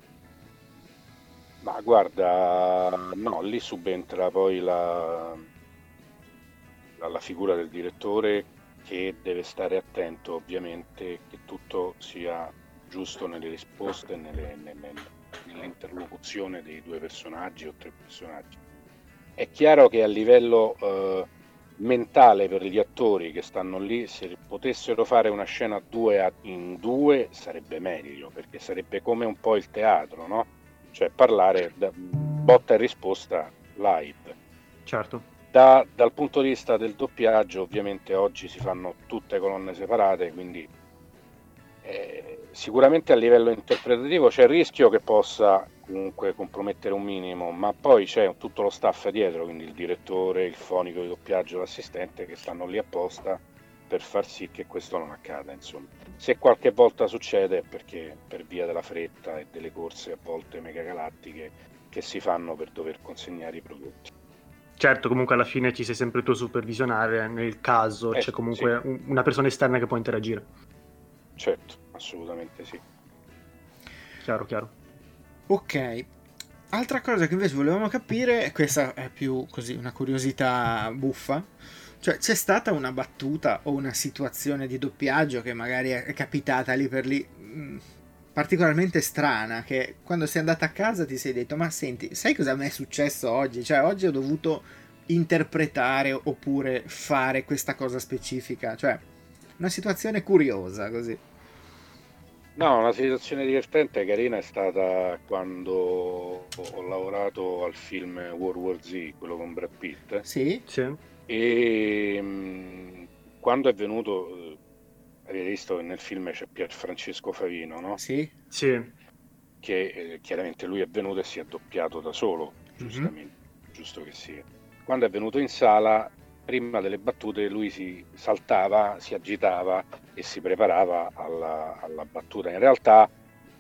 Ma guarda, no, lì subentra poi la, la- la figura del direttore che deve stare attento ovviamente che tutto sia giusto nelle risposte e nelle- nelle- nell'interlocuzione dei due personaggi o tre personaggi. È chiaro che a livello eh, mentale per gli attori che stanno lì. Se potessero fare una scena due in due sarebbe meglio, perché sarebbe come un po' il teatro, no? Cioè parlare da, botta e risposta live. Certo. Da, dal punto di vista del doppiaggio, ovviamente oggi si fanno tutte colonne separate, quindi eh, sicuramente a livello interpretativo c'è il rischio che possa comunque compromettere un minimo, ma poi c'è tutto lo staff dietro, quindi il direttore, il fonico di doppiaggio, l'assistente, che stanno lì apposta per far sì che questo non accada. Insomma, se qualche volta succede è perché per via della fretta e delle corse a volte megagalattiche che si fanno per dover consegnare i prodotti. Certo, comunque alla fine ci sei sempre tu a supervisionare, nel caso Eh, c'è comunque sì. un- una persona esterna che può interagire. Certo, assolutamente sì. Chiaro, chiaro. Ok, altra cosa che invece volevamo capire, questa è più così una curiosità buffa, cioè c'è stata una battuta o una situazione di doppiaggio che magari è capitata lì per lì mh, particolarmente strana, che quando sei andata a casa ti sei detto ma senti, sai cosa mi è successo oggi? Cioè oggi ho dovuto interpretare oppure fare questa cosa specifica, cioè una situazione curiosa così. No, una situazione divertente e carina è stata quando ho lavorato al film World War Z, quello con Brad Pitt, Sì? Sì. e mh, quando è venuto, eh, avete visto che nel film c'è Pierfrancesco Favino, no? Sì? Sì. Che eh, chiaramente lui è venuto e si è doppiato da solo, Mhm. giustamente, giusto che sia. Quando è venuto in sala, prima delle battute lui si saltava, si agitava e si preparava alla, alla battuta. In realtà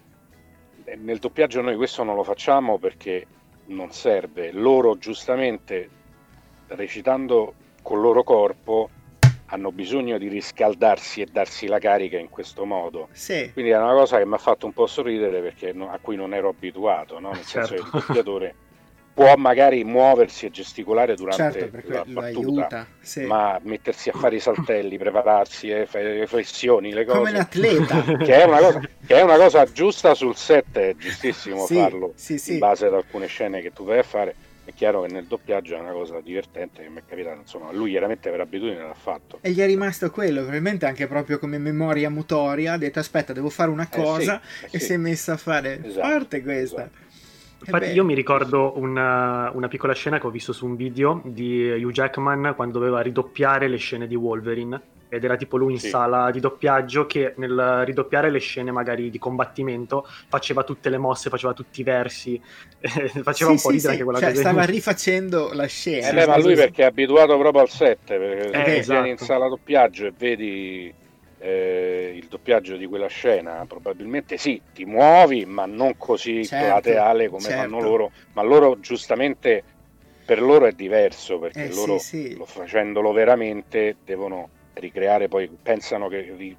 eh, nel doppiaggio noi questo non lo facciamo perché non serve. Loro giustamente, recitando col loro corpo, hanno bisogno di riscaldarsi e darsi la carica in questo modo. Sì. Quindi è una cosa che mi ha fatto un po' sorridere perché no, a cui non ero abituato, no? Nel senso Certo. che il doppiatore può magari muoversi e gesticolare durante Certo, perché la lo battuta, aiuta, sì. ma mettersi a fare i saltelli, prepararsi, eh, fare le flessioni, le Come un cose, atleta. che è una cosa, che è una cosa giusta sul set, è giustissimo Sì, farlo sì, sì. in base ad alcune scene che tu vai a fare. È chiaro che nel doppiaggio è una cosa divertente che mi è capitato, insomma, lui chiaramente per abitudine l'ha fatto. E gli è rimasto quello, probabilmente anche proprio come memoria motoria, ha detto aspetta devo fare una Eh, cosa sì, eh, e sì. si è messo a fare Esatto, forte questa. esatto. Infatti beh. io mi ricordo una, una piccola scena che ho visto su un video di Hugh Jackman quando doveva ridoppiare le scene di Wolverine, ed era tipo lui in Sì. sala di doppiaggio che nel ridoppiare le scene magari di combattimento faceva tutte le mosse, faceva tutti i versi, faceva Sì, un po' sì, ridere sì. anche quella Cioè, cosa. stava rifacendo la scena. Eh beh, ma lui perché è abituato proprio al set, perché se Eh, tu esatto. vieni in sala doppiaggio e vedi eh, il doppiaggio di quella scena, probabilmente sì, ti muovi, ma non così Certo, plateale come certo. fanno loro, ma loro giustamente, per loro è diverso, perché Eh, loro sì, sì. lo facendolo veramente devono ricreare, poi pensano che... ri-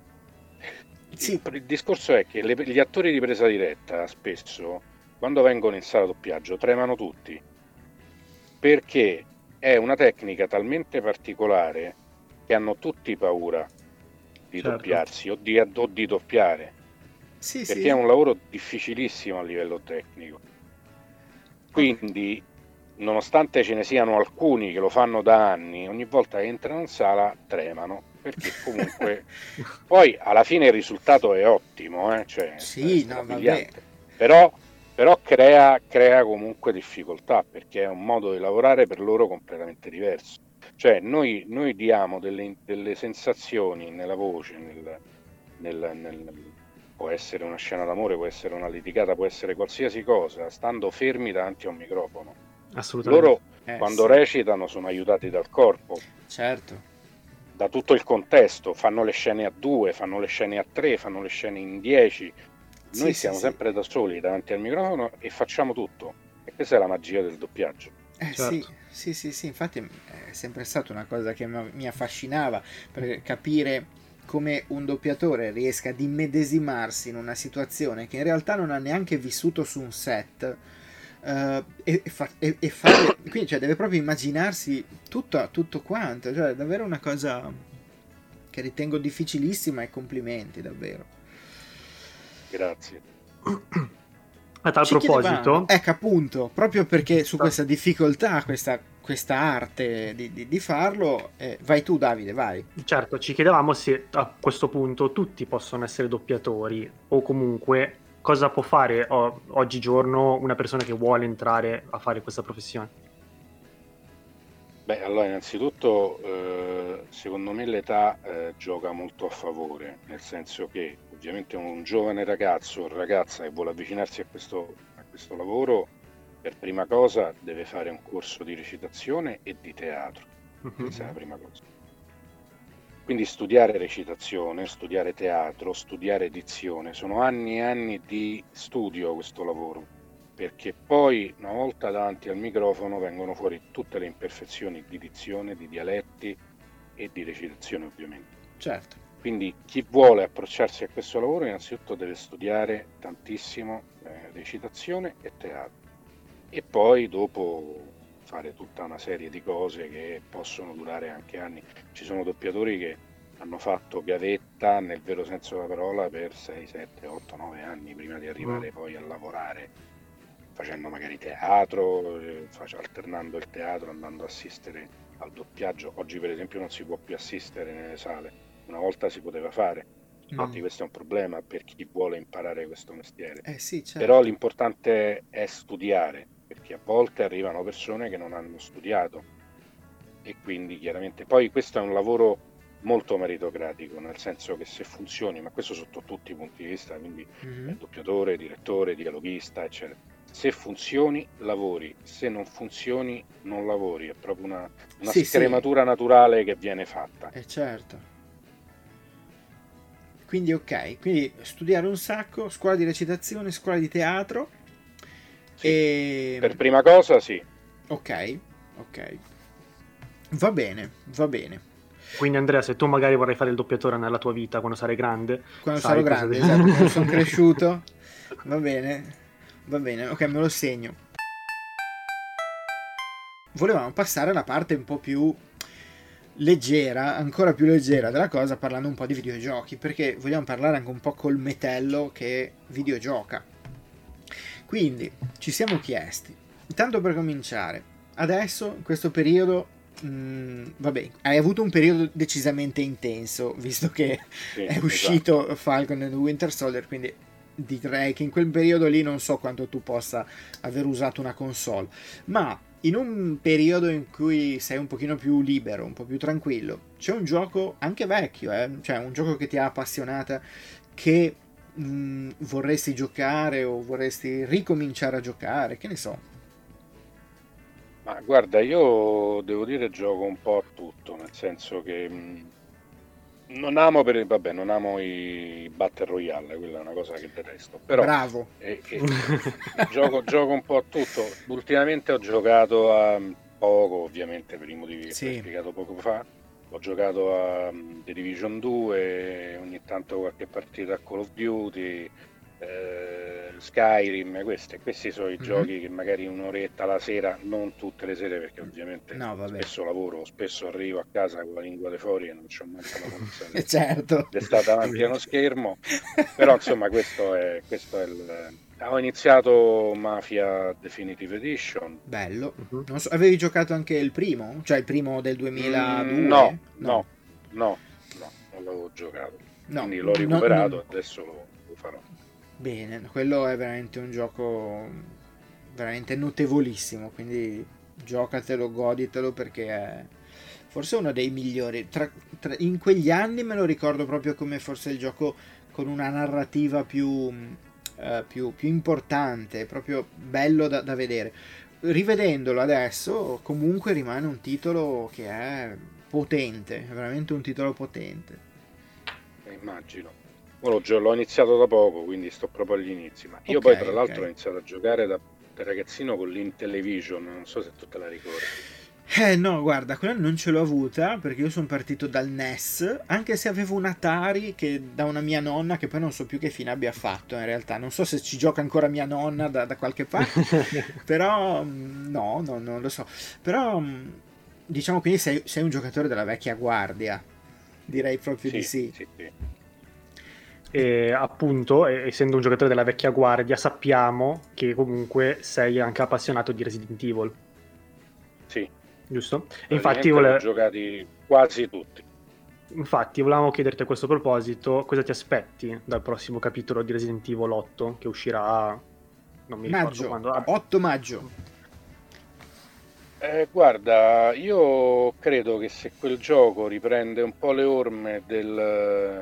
Sì. Il, il discorso è che le- gli attori di presa diretta spesso, quando vengono in sala doppiaggio, tremano tutti, perché è una tecnica talmente particolare che hanno tutti paura di Certo. doppiarsi o di, o di doppiare, Sì, perché sì. è un lavoro difficilissimo a livello tecnico. Quindi, nonostante ce ne siano alcuni che lo fanno da anni, ogni volta che entrano in sala tremano, perché comunque poi alla fine il risultato è ottimo, eh? Cioè, Sì, è no, vabbè. strabiliante. Però, però crea, crea comunque difficoltà, perché è un modo di lavorare per loro completamente diverso. Cioè noi, noi diamo delle, delle sensazioni nella voce, nel, nel, nel, può essere una scena d'amore, può essere una litigata, può essere qualsiasi cosa, stando fermi davanti a un microfono. Assolutamente. Loro Eh, quando sì. recitano sono aiutati dal corpo, Certo. da tutto il contesto, fanno le scene a due, fanno le scene a tre, fanno le scene in dieci. Noi Sì, siamo sì, sempre da soli davanti al microfono e facciamo tutto. E questa è la magia del doppiaggio. Eh, Certo. sì, sì, sì, sì, infatti è sempre stata una cosa che mi mi affascinava, per capire come un doppiatore riesca ad immedesimarsi in una situazione che in realtà non ha neanche vissuto su un set, eh, e, e, fa- e- e fare, quindi cioè, deve proprio immaginarsi tutto, tutto quanto, cioè è davvero una cosa che ritengo difficilissima, e complimenti davvero. Grazie. A tal Ci proposito, chiedevamo, ecco appunto, proprio perché su questa difficoltà, questa, questa arte di, di, di farlo. Eh, vai tu Davide, vai. Certo, ci chiedevamo se a questo punto tutti possono essere doppiatori o comunque cosa può fare o, oggigiorno una persona che vuole entrare a fare questa professione. Beh, allora innanzitutto eh, secondo me l'età eh, gioca molto a favore, nel senso che ovviamente un giovane ragazzo o ragazza che vuole avvicinarsi a questo, a questo lavoro, per prima cosa deve fare un corso di recitazione e di teatro, Mhm. questa è la prima cosa. Quindi studiare recitazione, studiare teatro, studiare dizione, sono anni e anni di studio questo lavoro, perché poi una volta davanti al microfono vengono fuori tutte le imperfezioni di dizione, di dialetti e di recitazione ovviamente. Certo. Quindi chi vuole approcciarsi a questo lavoro innanzitutto deve studiare tantissimo eh, recitazione e teatro e poi dopo fare tutta una serie di cose che possono durare anche anni. Ci sono doppiatori che hanno fatto gavetta nel vero senso della parola per sei, sette, otto, nove anni prima di arrivare Mm. poi a lavorare, facendo magari teatro, eh, face- alternando il teatro, andando a assistere al doppiaggio. Oggi per esempio non si può più assistere nelle sale, una volta si poteva fare. Infatti Mm. questo è un problema per chi vuole imparare questo mestiere. Eh sì, certo. Però l'importante è studiare, perché a volte arrivano persone che non hanno studiato e quindi chiaramente poi questo è un lavoro molto meritocratico, nel senso che se funzioni, ma questo sotto tutti i punti di vista, quindi Mhm. eh, doppiatore, direttore, dialoghista, eccetera. Se funzioni, lavori, se non funzioni, non lavori, è proprio una, una Sì, sì. scrematura naturale che viene fatta. Eh certo. Quindi ok, quindi studiare un sacco, scuola di recitazione, scuola di teatro Sì. e... Per prima cosa sì. Ok, ok. Va bene, va bene. Quindi Andrea, se tu magari vorrai fare il doppiatore nella tua vita quando sarai grande, Quando sai sarò cosa grande, devi- esatto, quando sono cresciuto. Va bene, va bene, ok, me lo segno. Volevamo passare alla parte un po' più leggera, ancora più leggera della cosa, parlando un po' di videogiochi, perché vogliamo parlare anche un po' col metello che videogioca. Quindi ci siamo chiesti, tanto per cominciare, adesso in questo periodo, mh, vabbè, hai avuto un periodo decisamente intenso, visto che Sì, è uscito esatto. Falcon and the Winter Soldier, quindi direi che in quel periodo lì non so quanto tu possa aver usato una console, ma in un periodo in cui sei un pochino più libero, un po' più tranquillo, c'è un gioco anche vecchio, eh? Cioè un gioco che ti ha appassionata, che mh, vorresti giocare o vorresti ricominciare a giocare, che ne so. Ma guarda, io devo dire gioco un po' a tutto, nel senso che mh, non amo per vabbè, non amo i Battle Royale, quella è una cosa che detesto, però Bravo. eh, eh, gioco, gioco un po' a tutto. Ultimamente ho giocato a poco, ovviamente per i motivi che ti ho Sì. spiegato poco fa. Ho giocato a um, The Division due, ogni tanto qualche partita a Call of Duty, eh, Skyrim, queste, questi sono i Mhm. giochi che magari un'oretta la sera, non tutte le sere perché ovviamente No, vabbè. spesso lavoro, spesso arrivo a casa con la lingua di fuori e non c'ho manco la forza Eh, di certo. di stare davanti a uno schermo, però insomma questo è, questo è il... Ho iniziato Mafia Definitive Edition. Bello. Mhm. Non so, avevi giocato anche il primo? Cioè il primo del duemiladue? Mm, no, no, no, no, non l'avevo giocato. No, Quindi l'ho no, recuperato, no. adesso lo, lo farò. Bene, quello è veramente un gioco veramente notevolissimo, quindi giocatelo, goditelo perché è forse uno dei migliori. Tra- tra- in quegli anni me lo ricordo proprio come forse il gioco con una narrativa più, eh, più, più importante, proprio bello da, da vedere. Rivedendolo adesso comunque rimane un titolo che è potente, è veramente un titolo potente. Eh, immagino. Ora l'ho gio- l'ho iniziato da poco, quindi sto proprio agli inizi. Ma io Ok, poi tra l'altro ok. ho iniziato a giocare da, da ragazzino con l'Intellivision, non so se tu te la ricordi. Eh no, guarda, quella non ce l'ho avuta perché io sono partito dal N E S, anche se avevo un Atari che da una mia nonna che poi non so più che fine abbia fatto in realtà, non so se ci gioca ancora mia nonna da, da qualche parte, però mm, no, no, non lo so, però mm, diciamo quindi sei, sei un giocatore della vecchia guardia, direi proprio di sì. Sì, sì. E appunto, e- essendo un giocatore della vecchia guardia, sappiamo che comunque sei anche appassionato di Resident Evil. Sì, giusto? E infatti, vole... vole... giocati quasi tutti. Infatti, volevamo chiederti a questo proposito cosa ti aspetti dal prossimo capitolo di Resident Evil otto che uscirà, non mi ricordo maggio, quando. Ah. otto maggio. Eh, guarda, io credo che se quel gioco riprende un po' le orme del,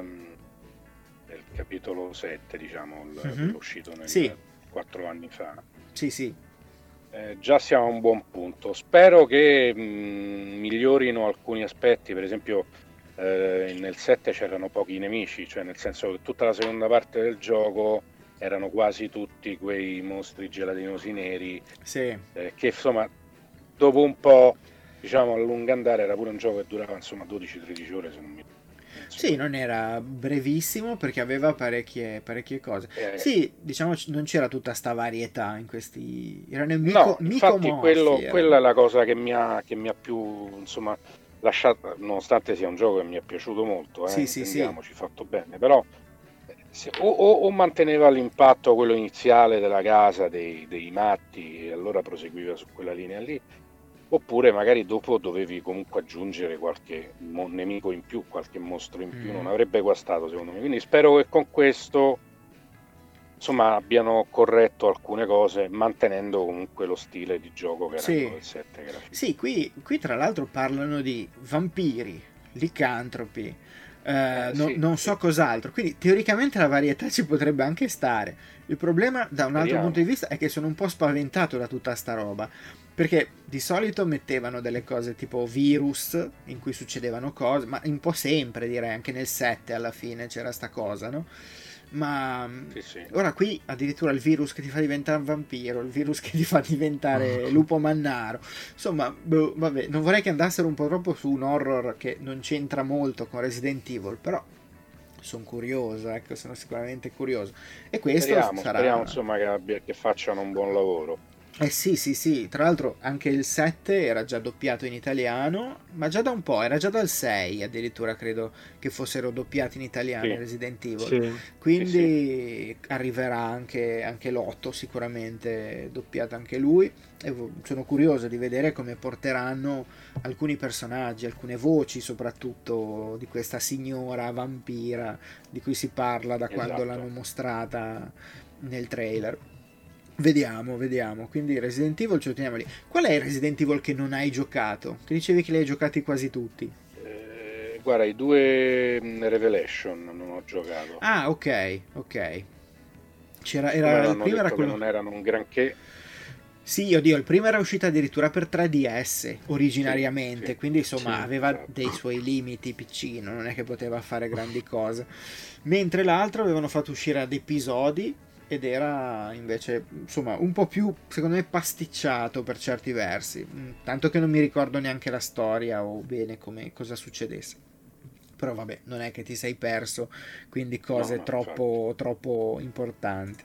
del capitolo sette, diciamo, mm-hmm. uscito nel sì. quattro anni fa. Sì, sì. Eh, già siamo a un buon punto. Spero che mh, migliorino alcuni aspetti, per esempio eh, nel sette c'erano pochi nemici, cioè nel senso che tutta la seconda parte del gioco erano quasi tutti quei mostri gelatinosi neri, sì. eh, che insomma dopo un po', diciamo, a lungo andare era pure un gioco che durava insomma dodici tredici ore, se non mi sì, non era brevissimo perché aveva parecchie, parecchie cose. Eh, sì, diciamo non c'era tutta sta varietà in questi... Erano mico, no, mico infatti quello, quella è la cosa che mi ha, che mi ha più, insomma, lasciato, nonostante sia un gioco che mi è piaciuto molto, eh, sì, sì, intendiamoci, sì. Fatto bene, però se, o, o, o manteneva l'impatto quello iniziale della casa, dei, dei matti, e allora proseguiva su quella linea lì, oppure magari dopo dovevi comunque aggiungere qualche mo- nemico in più, qualche mostro in più, mm. non avrebbe guastato secondo me, quindi spero che con questo insomma abbiano corretto alcune cose mantenendo comunque lo stile di gioco che era sì. del sette che era sì, qui, qui tra l'altro parlano di vampiri, licantropi, eh, eh, no, sì, non so sì. cos'altro, quindi teoricamente la varietà ci potrebbe anche stare. Il problema da un Speriamo. altro punto di vista è che sono un po' spaventato da tutta sta roba, perché di solito mettevano delle cose tipo virus in cui succedevano cose, ma un po' sempre direi, anche nel sette alla fine c'era sta cosa, no? Ma sì, sì. ora qui addirittura il virus che ti fa diventare un vampiro, il virus che ti fa diventare lupo mannaro, insomma, boh, vabbè, non vorrei che andassero un po' troppo su un horror che non c'entra molto con Resident Evil, però sono curioso, ecco, sono sicuramente curioso. E questo speriamo, sarà... speriamo insomma che, abbia, che facciano un buon lavoro. Eh sì, sì, sì, tra l'altro anche il sette era già doppiato in italiano, ma già da un po', era già dal sei addirittura credo che fossero doppiati in italiano sì. Resident Evil, sì. quindi sì, sì. arriverà anche, anche l'otto sicuramente doppiato anche lui, e sono curioso di vedere come porteranno alcuni personaggi, alcune voci soprattutto di questa signora vampira di cui si parla da quando esatto. l'hanno mostrata nel trailer. Vediamo, vediamo. Quindi Resident Evil ce lo teniamo lì. Qual è il Resident Evil che non hai giocato? Che dicevi che li hai giocati quasi tutti. Eh, guarda, i due Revelation non ho giocato. Ah, ok, ok. C'era, era, il primo era quello... non erano un granché. Sì, oddio, il primo era uscito addirittura per tre D S originariamente, sì, sì, quindi insomma sì, aveva esatto. dei suoi limiti piccino, non è che poteva fare grandi cose. Mentre l'altro avevano fatto uscire ad episodi ed era invece insomma un po' più secondo me pasticciato per certi versi, tanto che non mi ricordo neanche la storia o bene come cosa succedesse, però vabbè, non è che ti sei perso quindi cose no, no, troppo troppo importanti.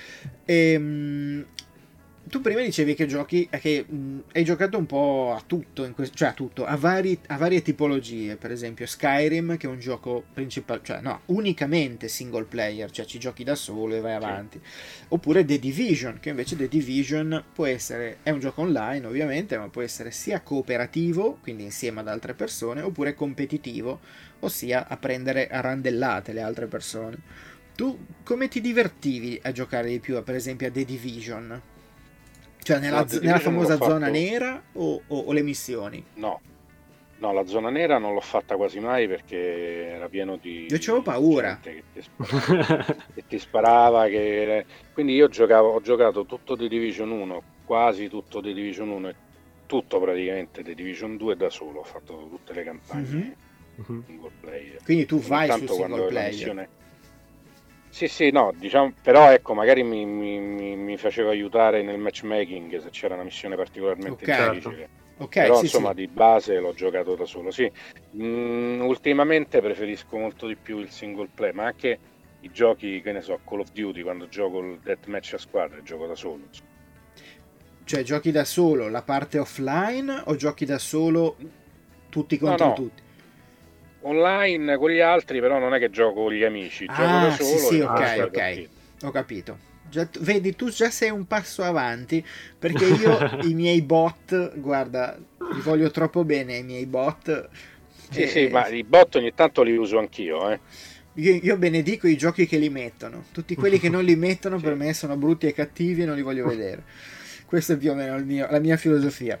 E tu prima dicevi che giochi che mh, hai giocato un po' a tutto in questo, cioè a tutto, a, vari, a varie tipologie, per esempio Skyrim che è un gioco principale, cioè no, unicamente single player, cioè ci giochi da solo e vai avanti. Sì. Oppure The Division, che invece The Division può essere, è un gioco online ovviamente, ma può essere sia cooperativo, quindi insieme ad altre persone, oppure competitivo, ossia a prendere a randellate le altre persone. Tu come ti divertivi a giocare di più, per esempio a The Division? Cioè nella, no, nella famosa zona fatto... nera o, o, o le missioni? No, no, la zona nera non l'ho fatta quasi mai perché era pieno di... Io c'avevo paura. Che ti sparava, che ti sparava che... Quindi io giocavo, ho giocato tutto The Division uno, quasi tutto The Division uno e tutto praticamente The Division due da solo, ho fatto tutte le campagne mm-hmm. single player. Quindi tu vai Intanto su single player? Missione... Sì, sì, no, diciamo, però ecco, magari mi, mi, mi faceva aiutare nel matchmaking se c'era una missione particolarmente okay. difficile. Okay, però sì, insomma sì. di base l'ho giocato da solo, sì. Mm, ultimamente preferisco molto di più il single play, ma anche i giochi, che ne so, Call of Duty, quando gioco il deathmatch a squadre, gioco da solo. Cioè giochi da solo la parte offline o giochi da solo tutti contro no, no. tutti? Online con gli altri, però non è che gioco con gli amici, ah, gioco da solo. Sì, sì, ok, ok, partita. Ho capito. Già, vedi, tu già sei un passo avanti, perché io i miei bot, guarda, li voglio troppo bene i miei bot. Sì, e... sì, ma i bot ogni tanto li uso anch'io, eh. Io, io benedico i giochi che li mettono. Tutti quelli che non li mettono Sì. per me sono brutti e cattivi e non li voglio vedere. Questa è più o meno il mio, la mia filosofia.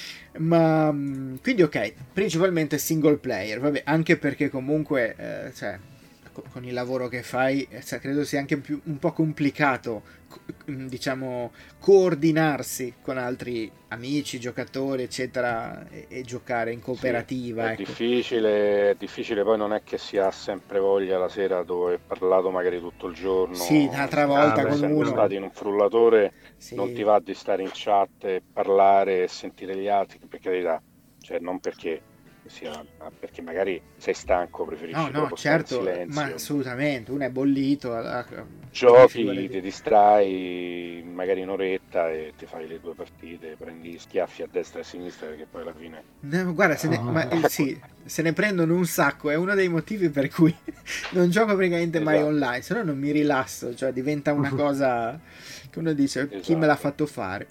Ma quindi ok, principalmente single player, vabbè, anche perché comunque eh, cioè, con il lavoro che fai cioè, credo sia anche più, un po' complicato diciamo coordinarsi con altri amici, giocatori eccetera e, e giocare in cooperativa. Sì, è ecco. difficile, è difficile, poi non è che si ha sempre voglia la sera dopo aver parlato magari tutto il giorno. Sì, l'altra volta Ah, con essendo uno. stati in un frullatore, Sì. non ti va di stare in chat e parlare e sentire gli altri, per carità, cioè non perché sia, perché magari sei stanco, preferisci No, no, proprio certo, stare in ma silenzio. assolutamente, uno è bollito. A, a, Giochi, ti distrai magari un'oretta e ti fai le due partite, prendi schiaffi a destra e a sinistra perché poi alla fine... No, guarda, se ne, ma, eh, sì, se ne prendono un sacco, è uno dei motivi per cui non gioco praticamente mai Esatto. online, se no non mi rilasso, cioè diventa una cosa che uno dice chi Esatto. me l'ha fatto fare.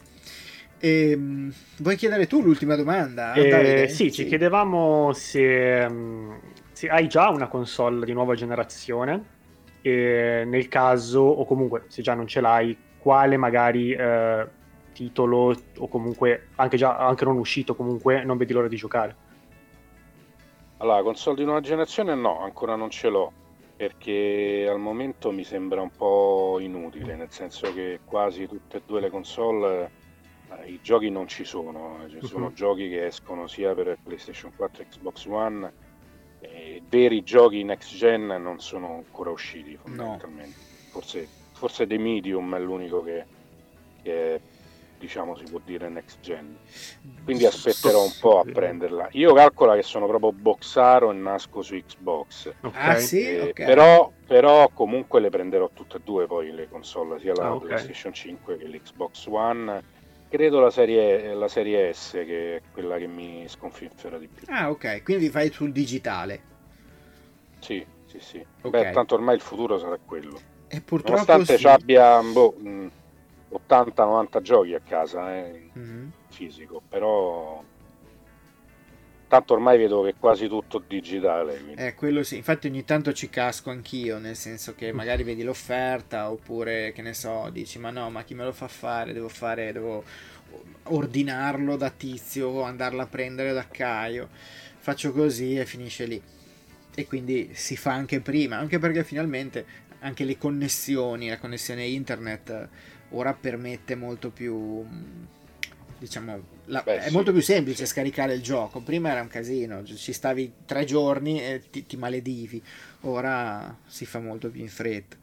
E, vuoi chiedere tu l'ultima domanda? Eh, Davide? sì, ci chiedevamo se, um, se hai già una console di nuova generazione e nel caso, o comunque se già non ce l'hai, quale magari eh, titolo o comunque anche già anche non uscito comunque non vedi l'ora di giocare. Allora, console di nuova generazione no, ancora non ce l'ho, perché al momento mi sembra un po' inutile, nel senso che quasi tutte e due le console eh, i giochi non ci sono, ci uh-huh. sono giochi che escono sia per PlayStation quattro e Xbox One, e veri giochi next gen non sono ancora usciti fondamentalmente. No. Forse, forse The Medium è l'unico che, che diciamo si può dire next gen, quindi aspetterò un po' a prenderla. Io calcola che sono proprio boxaro e nasco su Xbox. Okay. Ah sì? Eh, okay. però, però comunque le prenderò tutte e due poi le console, sia la ah, okay. PlayStation cinque che l'Xbox One. Credo la serie, la serie S che è quella che mi sconfinfera di più. Ah ok, quindi vai sul digitale. Sì, sì, sì. Okay. Beh, tanto ormai il futuro sarà quello. E purtroppo nonostante sì. ci abbia boh, ottanta novanta giochi a casa eh, mm-hmm. fisico, però tanto ormai vedo che è quasi tutto digitale. Quindi. Eh, quello sì, infatti ogni tanto ci casco anch'io, nel senso che magari vedi l'offerta oppure che ne so, dici ma no, ma chi me lo fa fare? Devo fare, devo ordinarlo da Tizio o andarla a prendere da Caio. Faccio così e finisce lì. E quindi si fa anche prima, anche perché finalmente anche le connessioni, la connessione internet ora permette molto più, diciamo, la, Beh, è sì, molto più semplice sì. scaricare il gioco. Prima era un casino, ci stavi tre giorni e ti, ti maledivi, ora si fa molto più in fretta.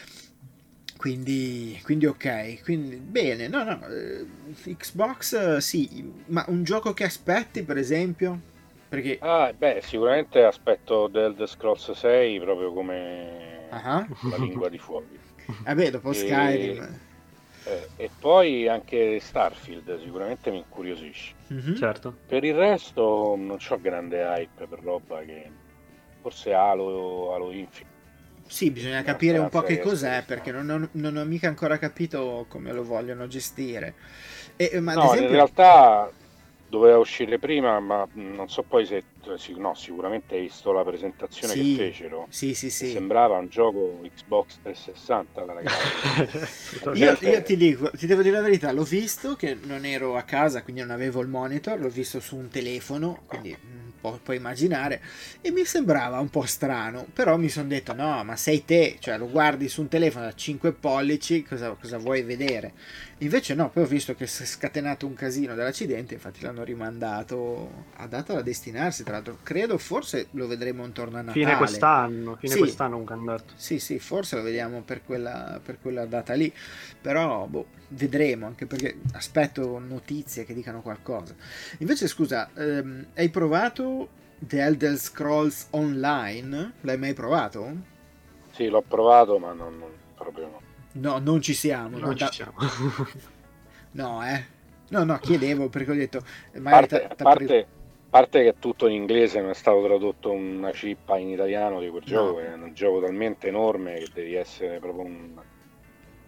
Quindi, quindi ok, quindi bene, no no, eh, Xbox eh, sì, ma un gioco che aspetti per esempio? Perché... Ah, beh, sicuramente aspetto The Elder Scrolls sei proprio come uh-huh. la lingua di fuori. Vabbè, dopo e, Skyrim. Eh, e poi anche Starfield sicuramente mi incuriosisce. Mm-hmm. Certo. Per il resto non c'ho grande hype per roba che forse Halo, Halo Infinite. Sì, bisogna capire un po' che cos'è, perché non ho, non ho mica ancora capito come lo vogliono gestire. E, ma no, ad esempio... in realtà doveva uscire prima, ma non so poi se no, sicuramente hai visto la presentazione sì, che fecero. Sì, sì, sì. Sembrava un gioco Xbox trecentosessanta la ragazza. io, io ti dico, ti devo dire la verità, l'ho visto che non ero a casa, quindi non avevo il monitor, l'ho visto su un telefono, quindi pu- puoi immaginare, e mi sembrava un po' strano, però mi sono detto no, ma sei te, cioè lo guardi su un telefono da cinque pollici, cosa, cosa vuoi vedere? Invece no, poi ho visto che si è scatenato un casino dell'accidente, infatti l'hanno rimandato a data da destinarsi, tra l'altro credo forse lo vedremo intorno a Natale. Fine quest'anno, fine sì. quest'anno un candidato. Sì, sì, forse lo vediamo per quella, per quella data lì, però boh, vedremo, anche perché aspetto notizie che dicano qualcosa. Invece scusa, ehm, hai provato The Elder Scrolls Online? L'hai mai provato? Sì, l'ho provato, ma non, non proprio no. No, non ci siamo. Non no, ci da... siamo. no, eh. No, no, chiedevo perché ho detto... A parte, a parte, a parte che tutto in inglese, non è stato tradotto una cippa in italiano di quel no. gioco, è un gioco talmente enorme che devi essere proprio un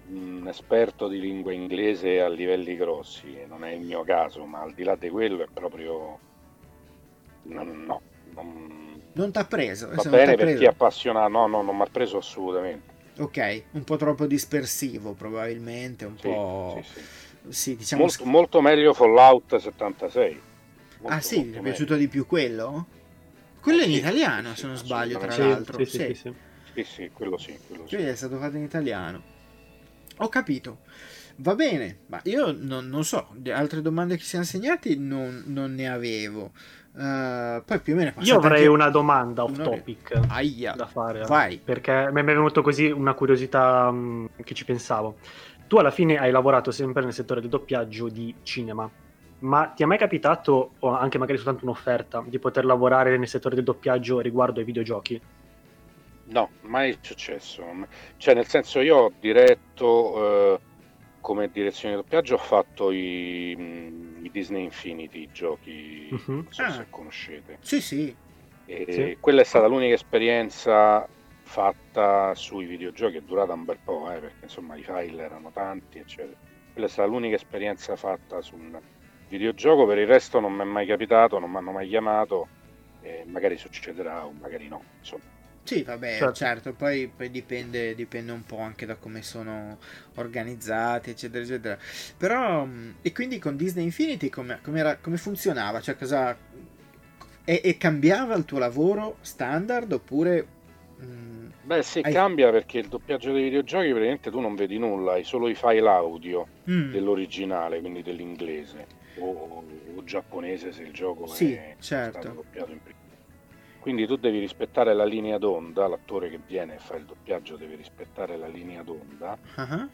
un esperto di lingua inglese a livelli grossi, non è il mio caso, ma al di là di quello è proprio no, no non, non t'ha preso, va se bene non t'ha per preso. chi è appassionato, no, no, non mi ha preso assolutamente. Ok, un po' troppo dispersivo probabilmente, un Sì, po'... sì, sì. Sì, diciamo... Molto, molto meglio Fallout settantasei. Molto, ah sì, ti è piaciuto meglio. di più quello? Quello Eh, è in sì, italiano, sì, sì, se non sbaglio, tra Sì, l'altro. sì, sì, sì, sì. Sì, sì, quello sì, quello sì. Quello è stato fatto in italiano. Ho capito. Va bene, ma io non, non so, altre domande che siano segnati non, non ne avevo. Uh, poi più o meno è Io avrei anche una domanda off un'ora- topic Aia, da fare, vai. perché mi è venuto così una curiosità mh, che ci pensavo. Tu alla fine hai lavorato sempre nel settore del doppiaggio di cinema, ma ti è mai capitato, o anche magari soltanto un'offerta, di poter lavorare nel settore del doppiaggio riguardo ai videogiochi? No, mai successo. Cioè, nel senso, io ho diretto eh, come direzione di doppiaggio, ho fatto i, i Disney Infinity, i giochi, Mhm. non so Ah. se conoscete. Sì, sì. E Sì. quella è stata l'unica esperienza fatta sui videogiochi, è durata un bel po', eh, perché insomma i file erano tanti, eccetera. Quella è stata l'unica esperienza fatta su un videogioco, per il resto non mi è mai capitato, non mi hanno mai chiamato, eh, magari succederà o magari no, insomma. Sì, vabbè, Certo. certo, poi, poi dipende, dipende un po' anche da come sono organizzati, eccetera, eccetera. Però, mh, e quindi con Disney Infinity come, come, come funzionava? Cioè, cosa... E, e cambiava il tuo lavoro standard oppure... Mh, Beh sì, hai... cambia perché il doppiaggio dei videogiochi praticamente tu non vedi nulla, hai solo i file audio Mm. dell'originale, quindi dell'inglese o, o giapponese se il gioco Sì, è certo. stato doppiato in prima. Quindi tu devi rispettare la linea d'onda, l'attore che viene e fa il doppiaggio deve rispettare la linea d'onda Uh-huh.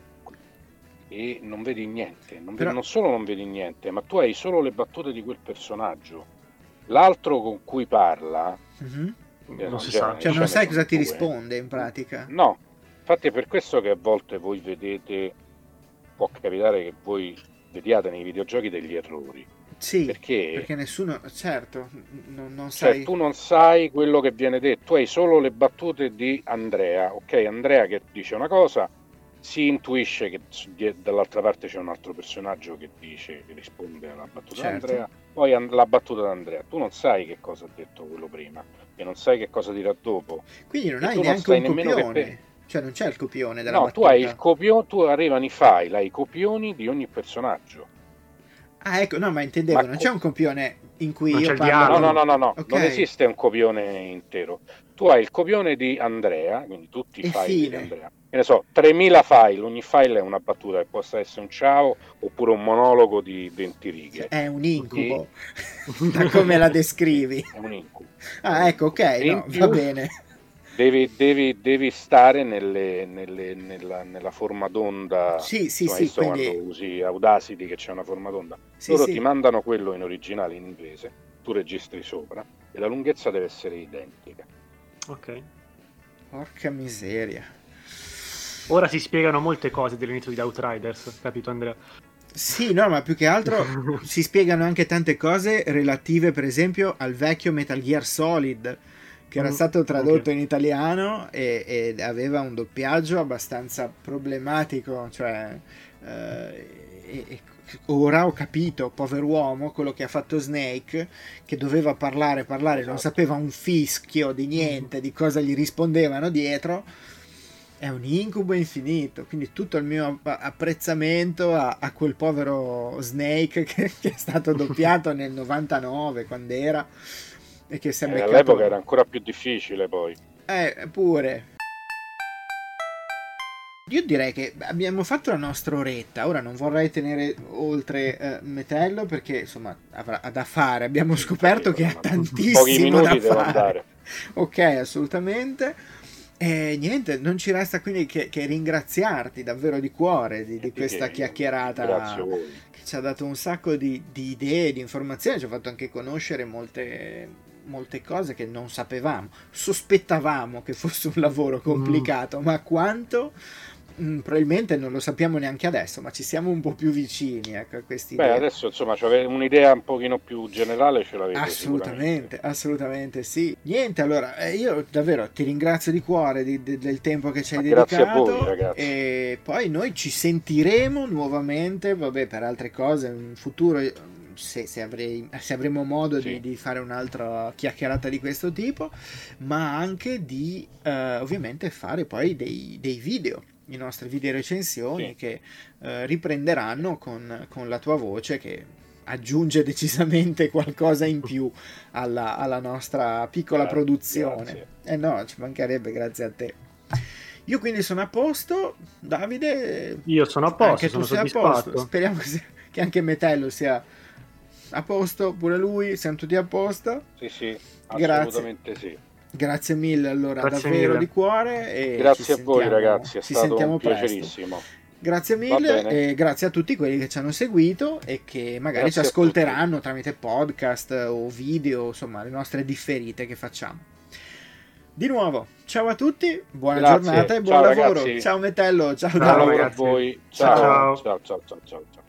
e non vedi niente, non, Però... vedi, non solo non vedi niente, ma tu hai solo le battute di quel personaggio. L'altro con cui parla... Mm-hmm. Non, non si genere, sa. Cioè, non sai cosa ti due. risponde in pratica? No, infatti è per questo che a volte voi vedete, può capitare che voi vediate nei videogiochi degli errori. Sì, perché, perché nessuno, certo, non, non cioè, sai... tu non sai quello che viene detto, tu hai solo le battute di Andrea, ok? Andrea che dice una cosa, si intuisce che dall'altra parte c'è un altro personaggio che dice, che risponde alla battuta Certo. di Andrea, poi an- la battuta di Andrea, tu non sai che cosa ha detto quello prima e non sai che cosa dirà dopo. Quindi non E hai tu non neanche sai un nemmeno che copione, pe- cioè non c'è il copione della No, tu battuta. hai il copione, tu arrivano i file, hai i copioni di ogni personaggio. Ah, ecco, no, ma intendevo, Ma non co- c'è un copione in cui Non io c'è il parlo... No, dialogo. no, no, no, no. Ok. Non esiste un copione intero. Tu hai il copione di Andrea, quindi tutti i E file fine. di Andrea. Che ne so, tremila file, ogni file è una battuta che possa essere un ciao oppure un monologo di venti righe. È un incubo, da come la descrivi. È un incubo. Ah, ecco, ok, E in no, più va bene. Devi, devi, devi stare nelle, nelle, nella, nella forma d'onda. Sì, sì, Insomma, sì, visto quindi... quando usi Audacity che c'è una forma d'onda. Sì, Loro sì. ti mandano quello in originale in inglese, tu registri sopra e la lunghezza deve essere identica. Ok. Porca miseria. Ora si spiegano molte cose dell'inizio di Outriders, capito Andrea? Sì, no, ma più che altro si spiegano anche tante cose relative, per esempio, al vecchio Metal Gear Solid, che era Mm, stato tradotto okay. in italiano e, e aveva un doppiaggio abbastanza problematico, cioè eh, e, e ora ho capito, pover'uomo, quello che ha fatto Snake, che doveva parlare, parlare, non Esatto. sapeva un fischio di niente, di cosa gli rispondevano dietro. È un incubo infinito, quindi tutto il mio apprezzamento a, a quel povero Snake che, che è stato doppiato nel novantanove, quando era, e che si è Eh, beccato... all'epoca era ancora più difficile poi. Eh, pure. Io direi che abbiamo fatto la nostra oretta, ora non vorrei tenere oltre eh, Metello perché insomma avrà da fare, abbiamo scoperto che ha tantissimo Pochi minuti da devo fare. andare. Ok, assolutamente. E niente, non ci resta quindi che, che ringraziarti davvero di cuore di, di questa Che- chiacchierata Grazie a voi. che ci ha dato un sacco di, di idee, di informazioni, ci ha fatto anche conoscere molte, molte cose che non sapevamo. Sospettavamo che fosse un lavoro complicato, ma quanto mh, probabilmente non lo sappiamo neanche adesso, ma ci siamo un po' più vicini, ecco, a questi Beh, adesso insomma c'avete un'idea un pochino più generale, ce l'avete assolutamente, assolutamente sì. Niente, allora eh, io davvero ti ringrazio di cuore di, di, del tempo che ci hai dedicato. Grazie a voi, ragazzi. E poi noi ci sentiremo nuovamente, vabbè, per altre cose in futuro. Se, se, avrei, se avremo modo sì. di, di fare un'altra chiacchierata di questo tipo, ma anche di eh, ovviamente fare poi dei, dei video, i nostri video recensioni sì. che eh, riprenderanno con, con la tua voce, che aggiunge decisamente qualcosa in più alla, alla nostra piccola grazie, produzione. Grazie. Eh no, ci mancherebbe, grazie a te. Io quindi sono a posto, Davide. Io sono a posto, anche sono tu sei soddisfatto. A posto. Speriamo che, sia, che anche Metello sia a posto, pure lui, siamo tutti a posto. Sì, sì, assolutamente grazie. sì. Grazie mille allora, grazie davvero mille. di cuore. E grazie ci a sentiamo, voi ragazzi, è ci stato sentiamo un presto. piacerissimo. Grazie mille e grazie a tutti quelli che ci hanno seguito e che magari grazie ci ascolteranno tramite podcast o video, insomma le nostre differite che facciamo. Di nuovo, ciao a tutti, buona grazie. giornata e buon ciao, lavoro. Ragazzi. Ciao Metello, ciao, ciao Davide. A voi. Ciao, ciao, ciao, ciao, ciao. ciao.